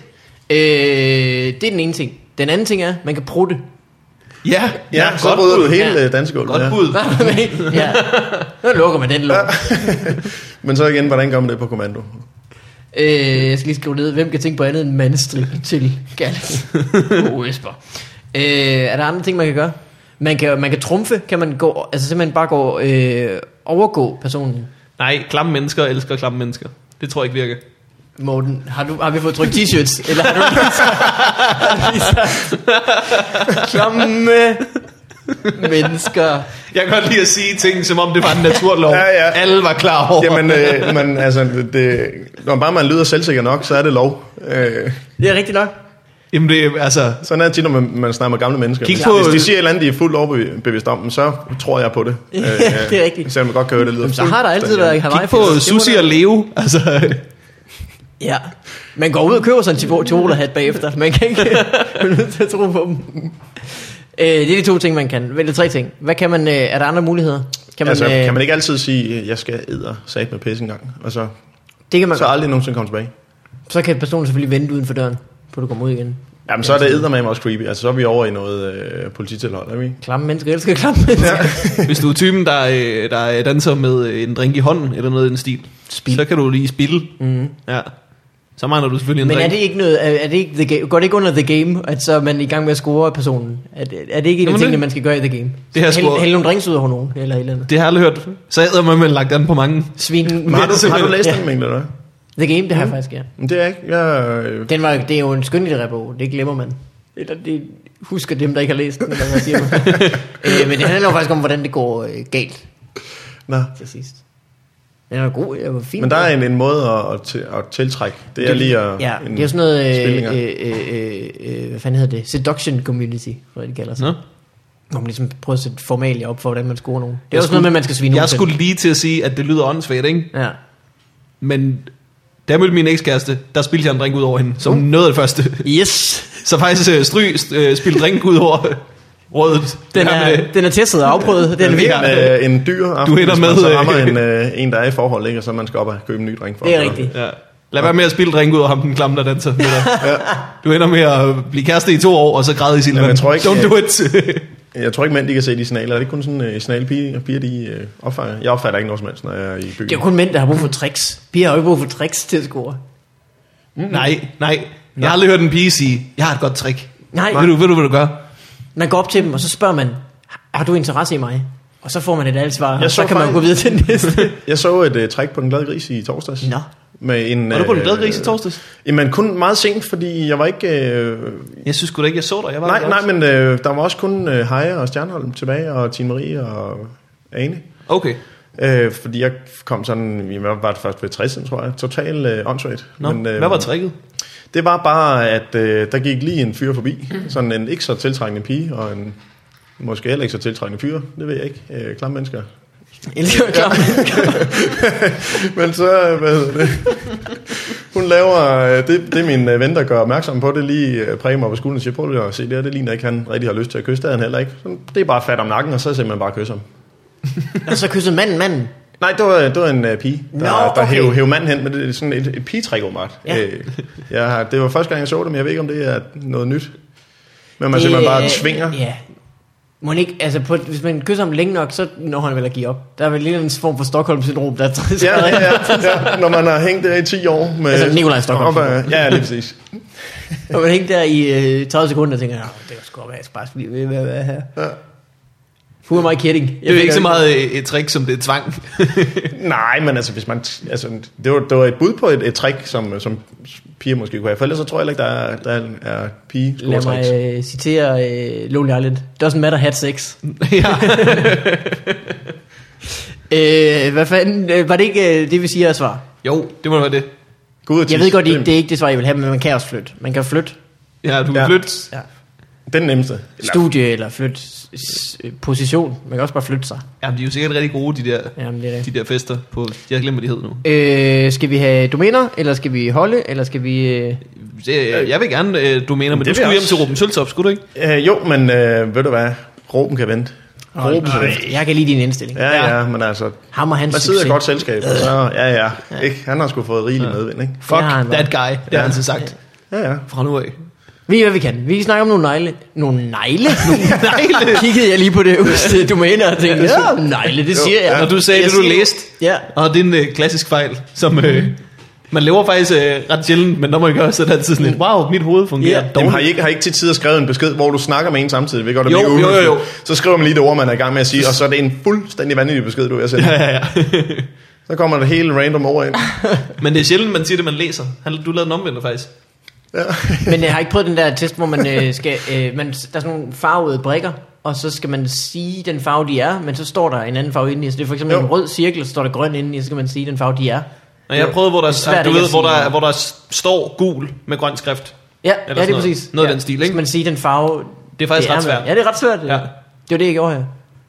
Det er den ene ting. Den anden ting er, man kan prutte. Ja, så bryder du hele dansegulvet. Godt bud. Ja. Nu lukker man den låg. Men så igen, hvordan gør man det på kommando? Jeg skal lige skrive ned, hvem kan tænke på andet end mandestrip til Careless Whisper. Er der andre ting, man kan gøre? Man kan trumfe, kan man gå, altså simpelthen bare gå, overgå personen. Nej, klamme mennesker elsker klamme mennesker. Det tror jeg ikke virker. Morten, har vi fået trykt t-shirts? Eller har du lige sagt klamme mennesker? Jeg kan godt lide at sige ting, som om det var en naturlov. Ja. Alle var klar over. Jamen, altså, når bare man lyder selvsikker nok, så er det lov. Det er rigtigt nok. Jamen det er altså... Sådan er det tit, når man snakker med gamle mennesker. Hvis de siger et eller andet, de er fuldt overbevist om, så tror jeg på det. Det er rigtigt. Selvom man godt kan høre, det lyder så har der altid været Hawaii. Kig på Susi og Leo. Altså... Ja, man går ud og køber sådan en Tivoler-hat bagefter. Man kan ikke nødt til at tro på dem. Det er de to ting, man kan. Vælge tre ting. Hvad kan man? Er der andre muligheder? Kan man ikke altid sige, jeg skal sat med pisse en gang, og så, det kan man så aldrig nogensinde komme tilbage? Så kan personen selvfølgelig vente uden for døren, på du kommer ud igen. Jamen, så er det eddermame også creepy. Altså, så er vi over i noget polititilhold, er vi? Klamme mennesker elsker klamme mennesker. Ja. Hvis du er typen, der danser med en drink i hånden, eller noget i den stil, så kan du lige spille. Mm. Ja. Så mangler du selvfølgelig en drink. Men er det ikke noget, er det ikke the game, går det ikke under the game, at så er man i gang med at score personen? Er det ikke en af tingene, man skal gøre i the game? Det har hælde nogle drinks ud over nogen, eller et eller andet? Det har jeg aldrig hørt. Så jeg æder man lagt an på mange. Svin. Har du læst den, Mængler, eller? The Game, det har jeg faktisk, ja. Men det er ikke. Det er jo en skønlitterær bog, det glemmer man. Eller det husker dem, der ikke har læst den, eller hvad siger man. Men det handler jo faktisk om, hvordan det går galt. Nå. Til sidst. Den er god, det var fint. Men der er en måde at tiltrække. Det er lige at... Ja, det er sådan noget... hvad fanden hedder det? Seduction community, hvad de kalder sig. Hvor man ligesom prøver at sætte formalia op for, hvordan man scorer nogen. Det er også noget med, at man skal svine nogen. Jeg skulle lige til at sige, at det lyder åndssvagt, ikke? Ja. Men... Der mødte min ekskæreste, der spildte jeg en drink ud over hende, som noget af det første. Yes. Så faktisk spildte drink ud over rådet. Den er testet og afprøvet. Den er en dyr aften, du ender med, så rammer en, der er i forhold, ikke? Og så man skal op og købe en ny drink for. Det er rigtigt. Ja. Lad være med at spille drink ud over ham, den klamme, der danser. Ja. Du ender med at blive kæreste i 2 år, og så græde i sin vand. Don't do it. Jeg tror ikke, mænd de kan se de signaler. Er det ikke kun sådan signalpiger, de opfanger? Jeg opfatter ikke noget som helst, når jeg er i byen. Det er kun mænd, der har brug for tricks. Piger har jo ikke brug for tricks til at score. Nej. Jeg har aldrig hørt en pige sige, jeg har et godt trick. Nej. Ved du, hvad du gør? Man går op til dem, og så spørger man, har du interesse i mig? Og så får man et alt svar, og så kan man faktisk gå videre til den næste. Jeg så et træk på Den Glade Gris i torsdags. Nå. Med en, var du på Den Glade Gris i torsdags? Jamen kun meget sent, fordi jeg var ikke... Jeg synes sgu da ikke, jeg så dig. Nej, men der var også kun Heja og Stjernholm tilbage, og Tine Marie og Ane. Okay. Fordi jeg kom sådan, jeg var det først ved 60, tror jeg, totalt åndssvagt. Hvad var tricket? Det var bare, at der gik lige en fyr forbi, sådan en ikke så tiltrækkende pige, og en måske heller ikke så tiltrækkende fyr, det ved jeg ikke, klamme mennesker. Klamme mennesker. Men så, hvad hedder det? Hun laver, det min ven, der gør opmærksom på det, lige præger mig på skulderen og siger, prøv lige at se det ligner ikke, han rigtig har lyst til at kysse, det han heller ikke. Så det er bare fat om nakken, og så simpelthen bare kysse ham. Og så kyssede manden? Nej, det var en pige, der hæv manden hen, men det er sådan et pigetræk åbenbart. Ja. Det var første gang, jeg så det, men jeg ved ikke, om det er noget nyt. Men man simpelthen bare tvinger. Ja. Må ikke, altså hvis man kysser ham længe nok, så når han vel at give op. Der er vel lidt en form for Stockholm-syndrom, der er ja, når man har hængt der i 10 år. Med altså Nikolaj Stockholm. Ja, lige præcis. Når man hænger der i 30 sekunder, og tænker, det var sgu godt være, jeg skal bare blive ved her. Ja. Who am I kidding? Det er jo ikke så meget et trick, som det er tvang. Nej, men altså, hvis man, altså det var et bud på et trick, som piger måske kunne have. For ellers så tror jeg ikke, der er pige Lad mig citere Lonely Island. Doesn't matter, had sex. Hvad fanden, var det ikke det, vi siger at svar? Jo, det må være det. Jeg ved godt, det er ikke det svar, jeg vil have, men man kan også flytte. Man kan flytte. Ja, du kan flytte. Ja. Den nemmeste. Studie eller flytte position. Man kan også bare flytte sig. Jamen, de er jo sikkert rigtig gode, de der fester på... Jeg glemmer, hvad de hedder nu. Skal vi have domæner, eller skal vi holde, eller skal vi... Jeg vil gerne domæner, men du skulle hjem til Ruben Søltoft, skulle du ikke? Jo, men ved du hvad? Ruben kan vente. Jeg kan lide din indstilling. Ja, men altså... Ham og hans man sidder i godt selskab, så ikke? Han har sgu fået rigeligt medvind, ikke? Fuck that guy, det har han så sagt. Ja. Fra nu af. Ved I, hvad vi kan? Vi snakker om nogle negle. Nogle negle? Kiggede jeg lige på det øverste domæne og tænkte, negle, det siger jeg. Og du sagde det, du læste. Ja. Og det er en klassisk fejl, som... Man lever faktisk ret sjældent, men når man gør, så er det altid sådan lidt, wow, mit hoved fungerer dårligt. Jamen, har I ikke tit tid at skrive en besked, hvor du snakker med en samtidig? Godt, jo. Så skriver man lige det ord, man er i gang med at sige, og så er det en fuldstændig vanvittig besked, du er sendt. Ja. Så kommer det hele random over ind. Men det er sjældent, man siger det, man læser. Du lavede den omvendt faktisk. Ja. Men jeg har ikke prøvet den der test, hvor man skal... der er sådan nogle farvede brikker, og så skal man sige den farve, de er, men så står der en anden farve indeni. Så det er for eksempel en rød cirkel, så står der grøn indeni, så skal man sige den farve, de er. Og jeg prøvede, hvor der står gul med grøn skrift. Ja, det er præcis. Noget af den stil, ikke? Skal man sige den farve... Det er faktisk ret svært. Ja, det er ret svært. Ja. Det var det, jeg gjorde her.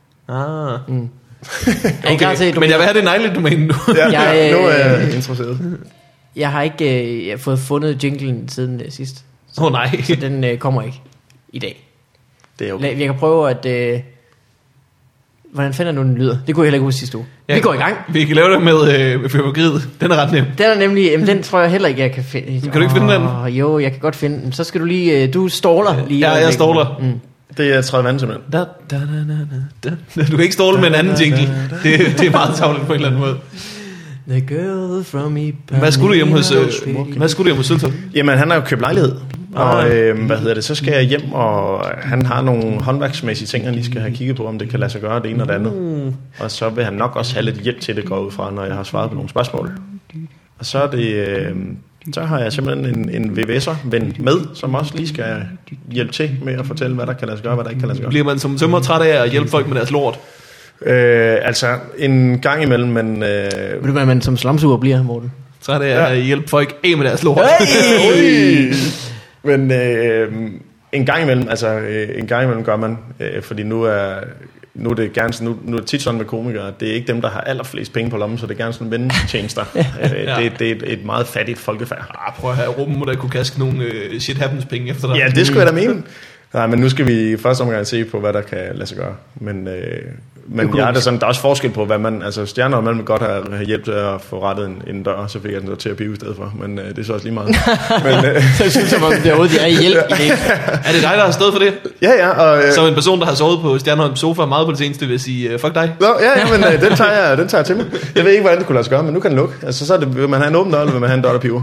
Okay. Men jeg vil have det negle-domæne nu. Ja, nu er jeg interesseret. Jeg har ikke fået fundet jinglen siden sidst. Nej. Så den kommer ikke i dag. Det er okay. Jeg kan prøve at... hvordan finder du den lyder? Det kunne jeg heller ikke huske sidste uge. Vi går i gang. Vi kan lave det med fyrværkeriet. Den er ret nem. Den er nemlig... den tror jeg heller ikke, jeg kan finde. Kan du ikke finde den? Jo, jeg kan godt finde den. Så skal du lige... du ståler lige. Ja, jeg ståler. Det er 30 vand simpelthen. Du kan ikke ståle med en anden jingle. Det er meget tavligt på en eller anden måde. The girl from Ipanema. Hvad skulle du hjemme hos Søltoft? Jamen, han har jo købt lejlighed. Og så skal jeg hjem, og han har nogle håndværksmæssige ting, han lige skal have kigget på, om det kan lade sig gøre det ene og det andet. Og så vil han nok også have lidt hjælp til det, går ud fra, når jeg har svaret på nogle spørgsmål. Og så er det... så har jeg simpelthen en VVS'er-ven med, som også lige skal hjælpe til med at fortælle, hvad der kan lade sig gøre, hvad der ikke kan lade sig gøre. Bliver man som tømrer træt af at hjælpe folk med deres lort? Altså, en gang imellem, men... Ved du, hvad man som slamsuger bliver, Morten? Træt af at hjælpe folk af med deres lort. Hey! Men en gang imellem gør man, fordi nu er det gerne sådan, nu er det tit sådan med komikere, det er ikke dem, der har allerflest penge på lommen, så det er gerne sådan vennetjenester. Det er et meget fattigt folkefærd. Prøv at have Ruben, der kunne kaske nogle shit happens penge efter dig. Ja, det skulle jeg da mene. Nej, men nu skal vi først omgang se på, hvad der kan lade sig gøre. Men jeg er der sådan, der er også forskel på, hvad man... Altså, stjerner og man vil godt have hjælp til at få rettet en dør, så fik jeg den der terapi i stedet for. Men det er så også lige meget. Så synes jeg, at det er hjælp i det. Er det dig, der har stået for det? Ja. Og, som en person, der har sovet på Stjerneholms sofa meget på det seneste, vil jeg sige, fuck dig. Nå, men den tager jeg til mig. Jeg ved ikke, hvordan det kunne lade sig gøre, men nu kan den lukke. Altså, så er det, vil man have en åben dør, eller vil man have en dør, der piver?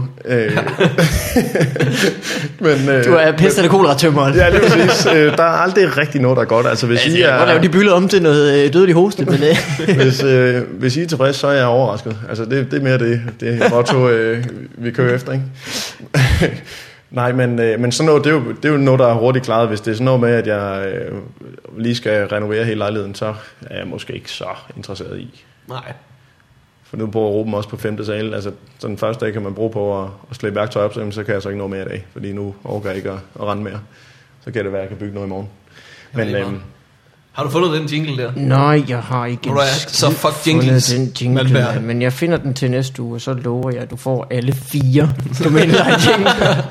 Du er pest eller kolera-tømmeren. Ja, det er præcis. Der er aldrig rigtig noget, der er godt. Altså, hvis I er... Hvor laver de bylder om til noget dødelig hoste? Men, hvis I er tilfreds, så er jeg overrasket. Altså, det er mere det er motto, vi kører efter, ikke? Nej, men sådan noget, det er jo noget, der er hurtigt klaret. Hvis det er sådan noget med, at jeg lige skal renovere hele lejligheden, så er jeg måske ikke så interesseret i. Nej. For nu bor Ruben også på 5. sal. Altså, så den første dag kan man bruge på at slæbe værktøj op, så kan jeg så ikke noget mere i dag. Fordi nu overgår jeg ikke at rende mere. Så kan det være, at jeg kan bygge noget i morgen. Men, har du fundet den jingle der? Nej, jeg har ikke så fuck jingles, den jingle, men jeg finder den til næste uge, og så lover jeg, at du får alle 4 jingler.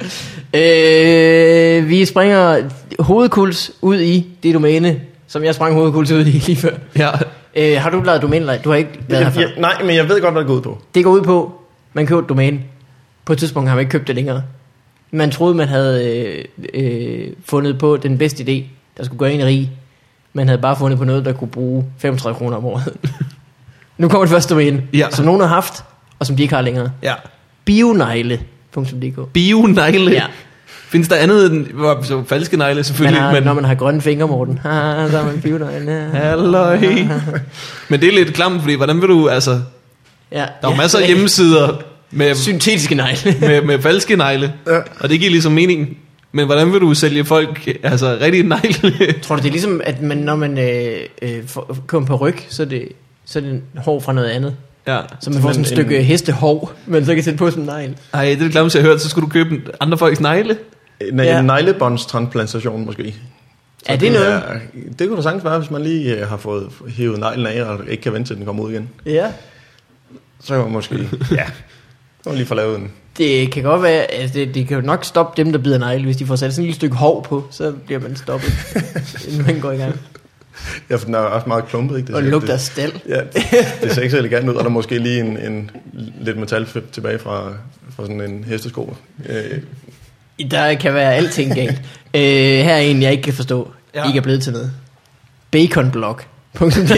Vi springer hovedkuls ud i det domæne, som jeg sprang hovedkuls ud i lige før. Ja. Har du lavet domænelej? Du har ikke lavet herfra? Nej, men jeg ved godt, hvad det går ud på. Det går ud på, man køber et domæne. På et tidspunkt har man ikke købt det længere. Man troede, man havde fundet på den bedste idé, der skulle gøre en rig. Man havde bare fundet på noget, der kunne bruge 35 kroner om året. Nu kommer det første domæne, som nogen har haft, og som de ikke har længere. Ja. Bionegle.dk. Bionegle? Ja. Findes der andet end så falske negle selvfølgelig? Men når man har grønne fingre, Morten, så har man bionegle. Halløj. Men det er lidt klamt, fordi hvordan vil du, altså... Ja. Der er masser af hjemmesider med syntetiske negle. med falske negle, og det giver ligesom mening. Men hvordan vil du sælge folk, altså rigtig negle? Tror du, det er ligesom, at man, når man kommer på ryg, så er det hår fra noget andet? Ja. Så man får sådan et stykke hestehår, men så kan sætte på som negl. Ej, det er det klammeste, jeg har hørt. Så skulle du købe andre folks negle? En neglebåndstransplantation måske. Er det noget? Det kunne da sagtens være, hvis man lige har fået hævet neglen af, og ikke kan vente til den kommer ud igen. Ja. Så kan man måske, lige få lavet den. Det kan godt være, altså det kan jo nok stoppe dem, der bider negle. Hvis de får sat sådan et lille stykke hår på, så bliver man stoppet, inden man går i gang. Ja, for den er også meget klumpet, ikke? Og lugter af stel. Ja, det ser ikke så elegant ud, og der er måske lige en lidt metalflip tilbage fra sådan en hestesko. Der kan være alting galt. Her er en, jeg ikke kan forstå. Ikke er blevet til noget. Baconblog.dk.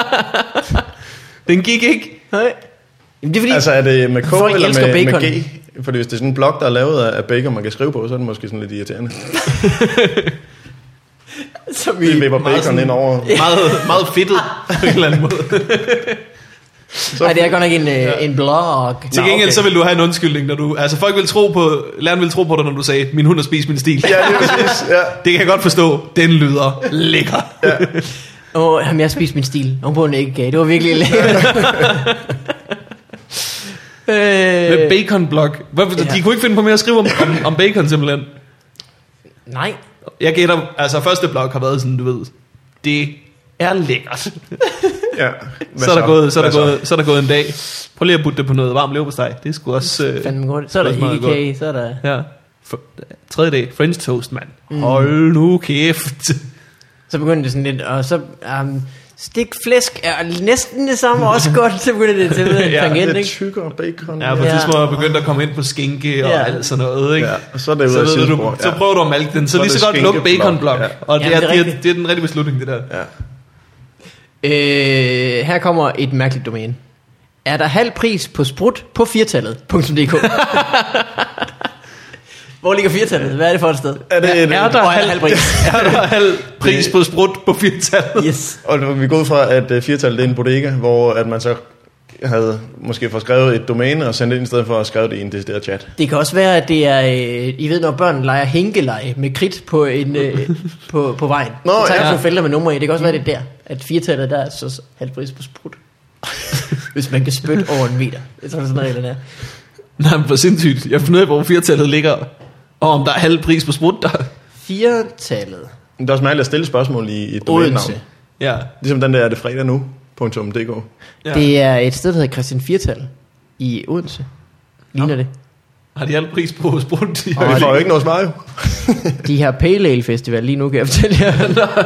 Den gik ikke. Nej. Jamen, det er fordi, altså er det med K eller med G? Fordi hvis det er sådan en blog, der er lavet af bacon, man kan skrive på, så er det måske sådan lidt irriterende. Så vi løber bacon ind over. Meget fedtet på en eller anden måde. Nej, det er godt nok en blog. Til gengæld så vil du have en undskyldning, når du... Altså folk vil tro på... Læreren vil tro på dig, når du sagde, min hund har spist min stil. Ja, det er præcis. Ja. Det kan jeg godt forstå. Den lyder lækker. Ja. Jamen, jeg har spist min stil. Om på en æggegage. Det var virkelig lækkert. Med baconblog. De kunne ikke finde på mere at skrive om bacon simpelthen. Nej. Jeg gætter, altså første blog har været sådan, du ved, det er lækkert. Ja. Så er der gået en dag. Prøv lige at putte det på noget varm leverpostej. Det er sgu også fandme godt. Så er der æggekage, så er der... Ja. Tredje dag, French toast, mand. Hold nu kæft. Så begynder det sådan lidt, og så... stik flæsk er næsten det samme, også godt, så begynder det til at tangent, lidt tykkere bacon. Ja, for det må begynde at komme ind på skinke og alt sådan noget, ikke? Ja, og så er det ude af sidespor. Så prøver du at malke den, så lige så godt luk baconblok. Ja. Og det er den rigtige beslutning, det der. Ja. Her kommer et mærkeligt domæne. Er der halv pris på sprut på firtallet.dk? Hvor ligger firtallet? Hvad er det for et sted? Er der halv pris? Er der halv pris på sprut på firtallet? Yes. Og vi går ud fra, at firtallet er en bodega, hvor at man så havde måske fået skrevet et domæne og sendt det ind i stedet for at skrive det i en decideret chat. Det kan også være, at det er, I ved, når børn leger hænkeleje med kridt på på vejen. Nå, så tager nogle felter med numre i. Det kan også være, det der, at firtallet der er så halv pris på sprut. Hvis man kan spytte over en meter. Jeg tror, det er sådan reglerne er. Nej, men for sindssygt. Jeg finder ud af, hvor firtallet ligger. Og om der er halv pris på sprut der. Firtallet. Det er også mærkeligt at stille spørgsmål i et domænenavn. Ja. Ligesom den der, er det fredag nu.dk. Ja. Det er et sted, der hedder Christian Firtal i Odense. Ligner det. Har de halv pris på sprut? Og vi får jo ikke noget svar, jo. De har Pale Ale Festival lige nu, kan jeg fortælle jer.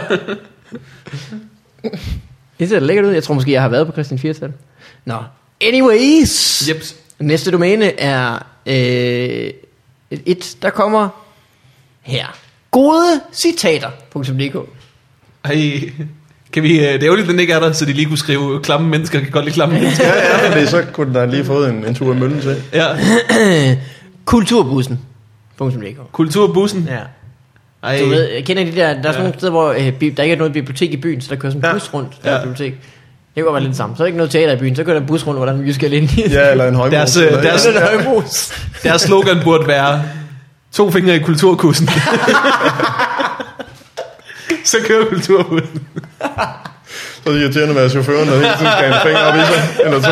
Det ser da lækkert ud. Jeg tror måske, jeg har været på Christian Firtal. Nå. Anyways. Jeps. Næste domæne er der kommer her. Gode citater.dk. Ej, kan vi, det er jo lidt, den ikke er der, så de lige kunne skrive, klamme mennesker kan godt lide klamme mennesker. Ja, fordi så kunne der lige fået en tur i møllen til. Ja. Kulturbussen.dk. Kulturbussen? Ja. Ej. Du ved, jeg kender de der er sådan nogle steder, hvor der ikke er noget bibliotek i byen, så der kører sådan en bus rundt, der er bibliotek. Det kan godt være lidt sammen. Så er der ikke noget teater i byen, så kører der en bus rundt, hvor der er en musical ind i. Ja, eller en højbros. Deres slogan burde være 2 fingre i kulturkussen. Så kører kulturbussen. Så er det irriterende at være chaufføren, der hele tiden skal have en finger op i sig, eller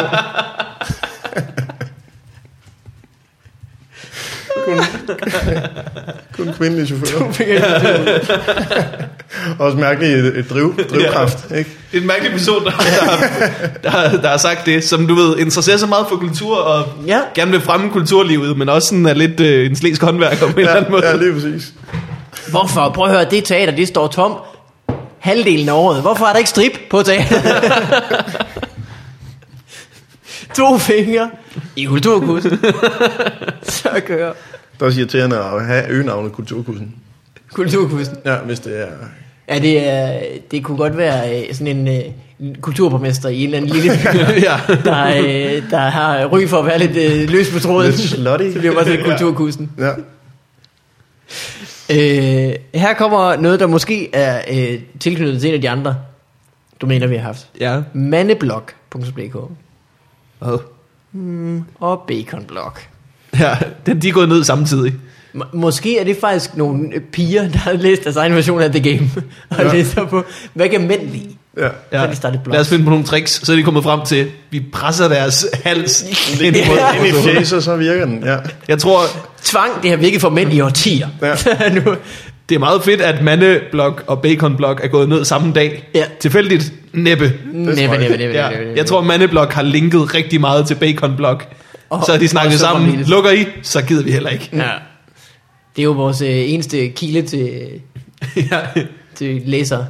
2. Kun kvindelige chauffører. Også mærkeligt et drivkraft, ikke? Det er en mærkelig person, der har sagt det, som du ved, interesserer sig meget for kultur, og gerne vil fremme kulturlivet, men også sådan er lidt en slæsk håndværker på en eller anden måde. Ja, lige præcis. Hvorfor? Prøv at høre, det teater, det står tom halvdelen af året. Hvorfor er der ikke strip på teater? 2 fingre i kulturkussen. Så kører. Det er også irriterende at have øgenavnet kulturkussen. Kulturkussen. Ja, hvis det er... Ja, det kunne godt være sådan en kulturborgmester i en eller anden lille Ja. der har ry for at være lidt løs på tråden. Lidt slutty. Så bliver bare sådan kulturkussen. Ja. Her kommer noget, der måske er tilknyttet til en af de andre domæner, vi har haft. Ja. Manneblog.dk Oh. og Baconblog. Ja, de er gået ned samtidig. Måske er det faktisk nogle piger, der har læst deres egen version af The Game, og læst på, hvad kan mænd lide? Ja. Så har de startet blog. Lad os finde på nogle tricks, så er de kommet frem til, vi presser deres hals ind Ind i fjeset, så virker den, ja. Jeg tror, Tvang, det har virket for mænd i årtier. Ja. Nu, det er meget fedt, at Mandeblog og Baconblog er gået ned samme dag. Ja. Tilfældigt? Næppe. næppe. Ja. Jeg tror, Mandeblog har linket rigtig meget til Baconblog. Så har de snakket og så sammen. fremdeles. Lukker I, så gider vi heller ikke. ja. Det er jo vores eneste kilde til, Ja. til læsere.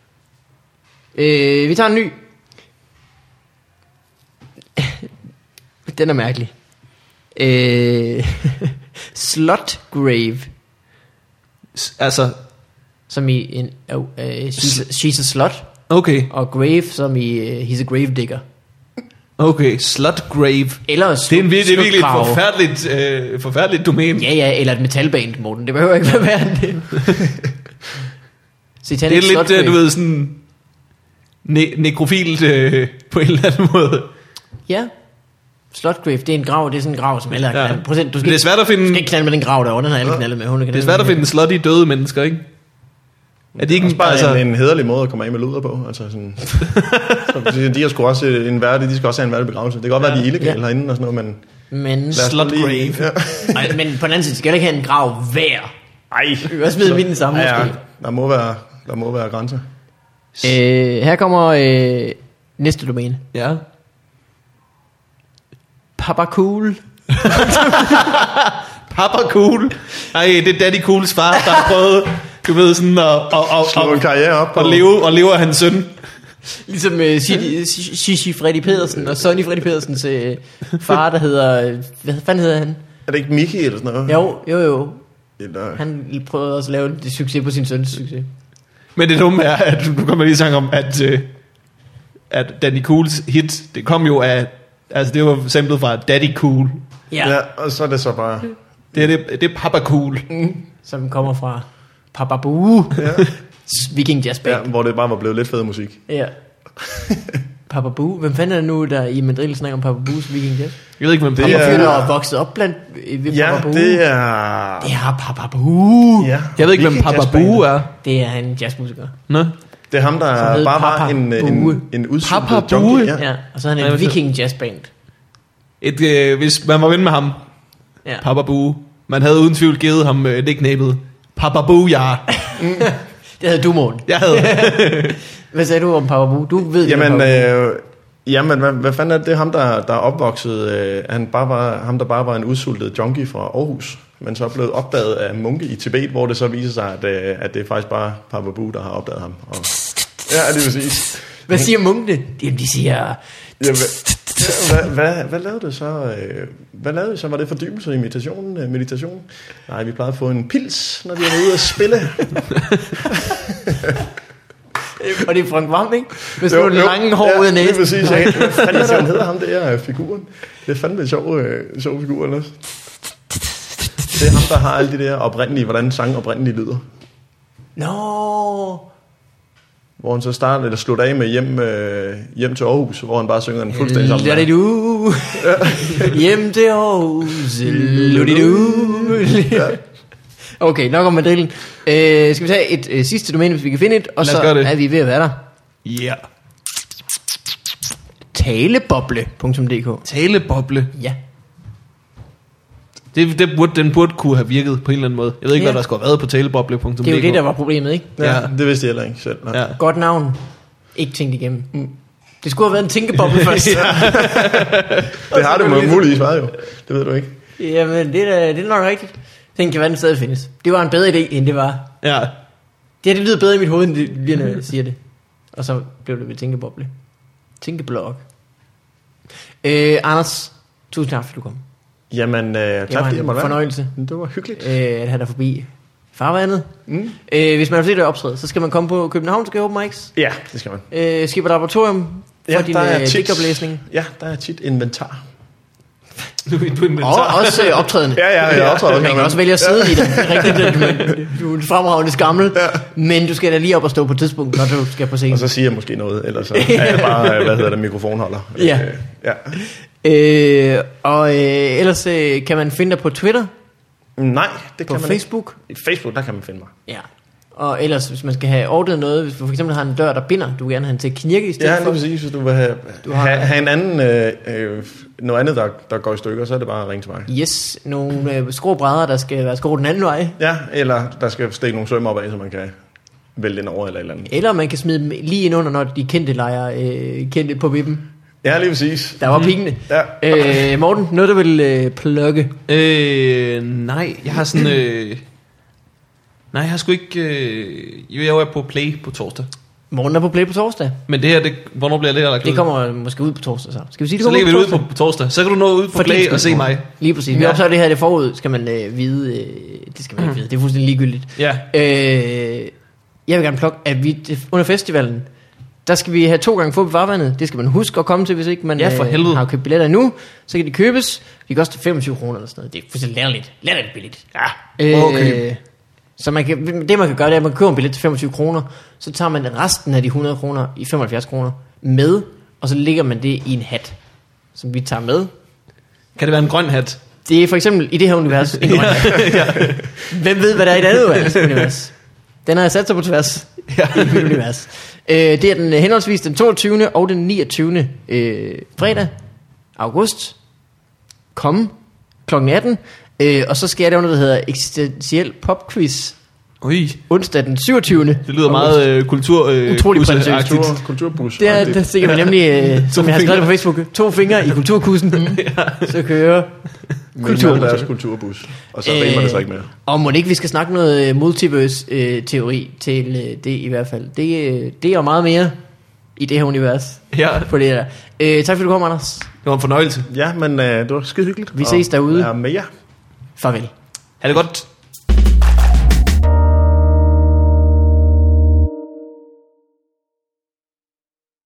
Vi tager en ny. Den er mærkelig. Slutgrave. Altså, Som i en she's a slut. okay. Og grave som i he's a grave digger. Okay, Slutgrave. Eller Det er virkelig et slutgrave. forfærdeligt domæne. Ja, eller et metalband, Morten. Det behøver ikke være værre end det. Satanic Det er lidt, slutgrave. du ved, sådan nekrofilt på en eller anden måde. Ja. Slutgrave, det er en grav, det er sådan en grav, som alle har Ja. knaldet. Procent, du skal, Det er svært at finde- du skal ikke knalde med den grav derovre, den har alle knaldet med. Hun Det er svært at finde slutty døde mennesker, ikke? Er det ikke Også bare altså, en hederlig måde at komme af med luder på. Altså sådan, så de har sgu også en værdig, de skal også have en værdig begravelse. Det kan godt være, de er illegale herinde og sådan noget, men... Men, lad os nu Slutgrave. Ja. nej, men på den anden side, skal ikke have en grav hver. Ej. Vi kan også smide den samme, Ja, måske. der må være grænser. Her kommer næste domæne. Ja. Papa Cool. Papa Cool. Ej, det er Daddy Cools far, der har prøvet, du ved, sådan Slå en karriere op på... at leve af hans søn. Ligesom Shishi Freddy Pedersen og Sonny Freddy Pedersens far, der hedder... Hvad fanden hedder han? Er det ikke Mickey eller sådan noget? Jo. Eller... Han prøvede også at lave det succes på sin søns succes. Men det dumme er, at nu kommer lige sang om, at Daddy Cools hit, det kom jo af, altså det var samlet fra Daddy Cool. Ja. Ja, og så er det så bare... Det er Papa Cool. Som kommer fra Papa Boo. Ja. Viking Jazz Band. Ja, hvor det bare var blevet lidt fed musik. Ja. Papa Boo. Hvem fanden er det nu, der i Madrid snakker om Papa Boos Viking Jazz? Jeg ved ikke, hvem Det Det Papa er er- fyr, der er vokset op blandt ved Ja, Papa Boo. det er... Det er Papa Boo. Ja. Jeg ved ikke, hvem Viking Papa Jazzband. Boo er. Det er en jazzmusiker. Nå? Det er ham, Som der hed bare var Papa en Bue. udsultet Papa junkie. Bue? Ja. Ja, og så er han Ja, en hvad så? Viking Jazz Band. Hvis man var ven med ham, Ja. Papa Boo, man havde uden tvivl givet ham nicknamet Papa Boo, ja. Det havde du, Morten. Jeg havde. Hvad sagde du om Papa Boo? Du ved det. Jamen, om Papa Boo. jamen hvad fanden er det? Det er ham, der er opvokset... han bare var, ham, der bare var en udsultet junkie fra Aarhus. Men så er blevet opdaget af munke i Tibet, hvor det så viser sig, at det er faktisk bare Papa Boo, der har opdaget ham. Og, ja, det vil sige. Hvad siger munkene? Jamen, de siger... Hvad lavede det så? Hvad lavede det så? Var det fordybelse, meditation? Nej, vi plejede at få en pils, når vi var ude at spille. Og det er Frank Vam, ikke? Med sådan nogle lange hår ud af det er næsen. præcis. Hvad fanden siger, han hedder ham, det er figuren. Det er fandme en sjov figur også. Det er ham, der har alle de der oprindelige, hvordan sang oprindelige lyder. Nå. Hvor han så starter eller slutter af med hjem til Aarhus, hvor han bare synger en fuldstændig sammen. Lad det du. Hjem til Aarhus. Ludidu. Okay, nok om Madrillen. Skal vi tage et sidste domæne, hvis vi kan finde et, og Lad os så gøre det. er vi ved at være der. Ja. Taleboble.dk. Taleboble. Ja. Den burde kunne have virket på en eller anden måde. Jeg ved ikke, Ja. hvad der skulle have været på taleboble.dk. Det er jo det, der var problemet, ikke? Ja, Ja. det vidste jeg heller ikke selv. Nej. Ja. Godt navn. Ikke tænkt igennem. Det skulle have været en tænkeboble først. Det har det muligvis været jo. Det ved du ikke. Jamen, det er nok rigtigt. Den kan være, den stadig findes. Det var en bedre idé, end det var. Ja. Det lyder bedre i mit hoved, end det bliver, når jeg siger det. Og så blev det ved tænkeboble. Tænkeblog. Anders, tusind tak, fordi du kom. Jamen, tak fordi jeg måtte være. Fornøjelse. Det var hyggeligt. At have dig forbi farvandet. Hvis man har set det optræde, så skal man komme på Københavnske Open Mics. Ja, det skal man. Skipper Laboratorium for din digtoplæsning. Ja, der er tit inventar. Og også optrædende. Ja, optrædende. Man kan også vælge at sidde i det. Det er rigtigt, du er fremragende skammel. Men du skal da lige op og stå på et tidspunkt, når du skal på scenen. Og så siger jeg måske noget, ellers så er jeg bare, mikrofonholder. Ja. Ellers kan man finde dig på Twitter. Nej, det kan på man Facebook. Ikke. I Facebook, der kan man finde mig. Ja. Og ellers, hvis man skal have ordnet noget, hvis du for eksempel har en dør, der binder, du vil gerne have den til at knirke i stedet for. Ja, præcis. Hvis du vil have en anden, noget andet, der går i stykker, så er det bare at ringe til mig. Yes, nogle skråbrædder, der skal være skruet den anden vej. Ja, eller der skal stikke nogle søm op af, så man kan vælge den over eller et eller andet. Eller man kan smide dem lige ind under, når de kendte lejer kendte på vippen. Ja, lige præcis. Der var pengene. Ja. Morten, noget du vil plukke? Nej, jeg har sådan... Nej, jeg har sgu ikke... jeg var på Play på torsdag. Morten er på Play på torsdag. Men det her, hvornår bliver det her lagt ud? Det kommer måske ud på torsdag så. Skal vi sige, det så lægger vi det ud på torsdag. Så kan du nå ud på Play og se mig. Lige præcis. Vi optager det her det forud, skal man vide. Det skal man ikke vide. Det er fuldstændig ligegyldigt. Ja. Jeg vil gerne plukke, at vi under festivalen, der skal vi have 2 gange få på farvandet. Det skal man huske at komme til, hvis ikke man har købt billetter endnu. Så kan de købes. De koster 25 kroner eller sådan noget. Det er fuldstændig latterligt billigt. Ja, okay. Så man kan gøre, det er, at man køber en billet til 25 kroner, så tager man resten af de 100 kroner i 75 kroner med, og så lægger man det i en hat, som vi tager med. Kan det være en grøn hat? Det er for eksempel i det her univers en grøn hat. Hvem ved, hvad der er i et andet univers? Den har jeg sat sig på tværs i mit univers. Det er den henholdsvis den 22. og den 29. Fredag, august. Kom kl. 18. Og så skal jeg lave noget, der hedder Eksistentiel Popquiz. Onsdag den 27. Det lyder meget utrolig præsentøst. Kulturbus. Der stikker man nemlig, som jeg har skrevet på Facebook, 2 fingre i kulturkussen. Så kører kulturbus. Og så rimer det så ikke mere. Og må ikke vi skal snakke noget multiverse-teori til det i hvert fald. Det er jo meget mere i det her univers. Ja. På det der. Tak fordi du kom, Anders. Det var en fornøjelse. Ja, men det var skide hyggeligt. Vi ses derude. Ja, med jer. Farvel. Ha' det godt.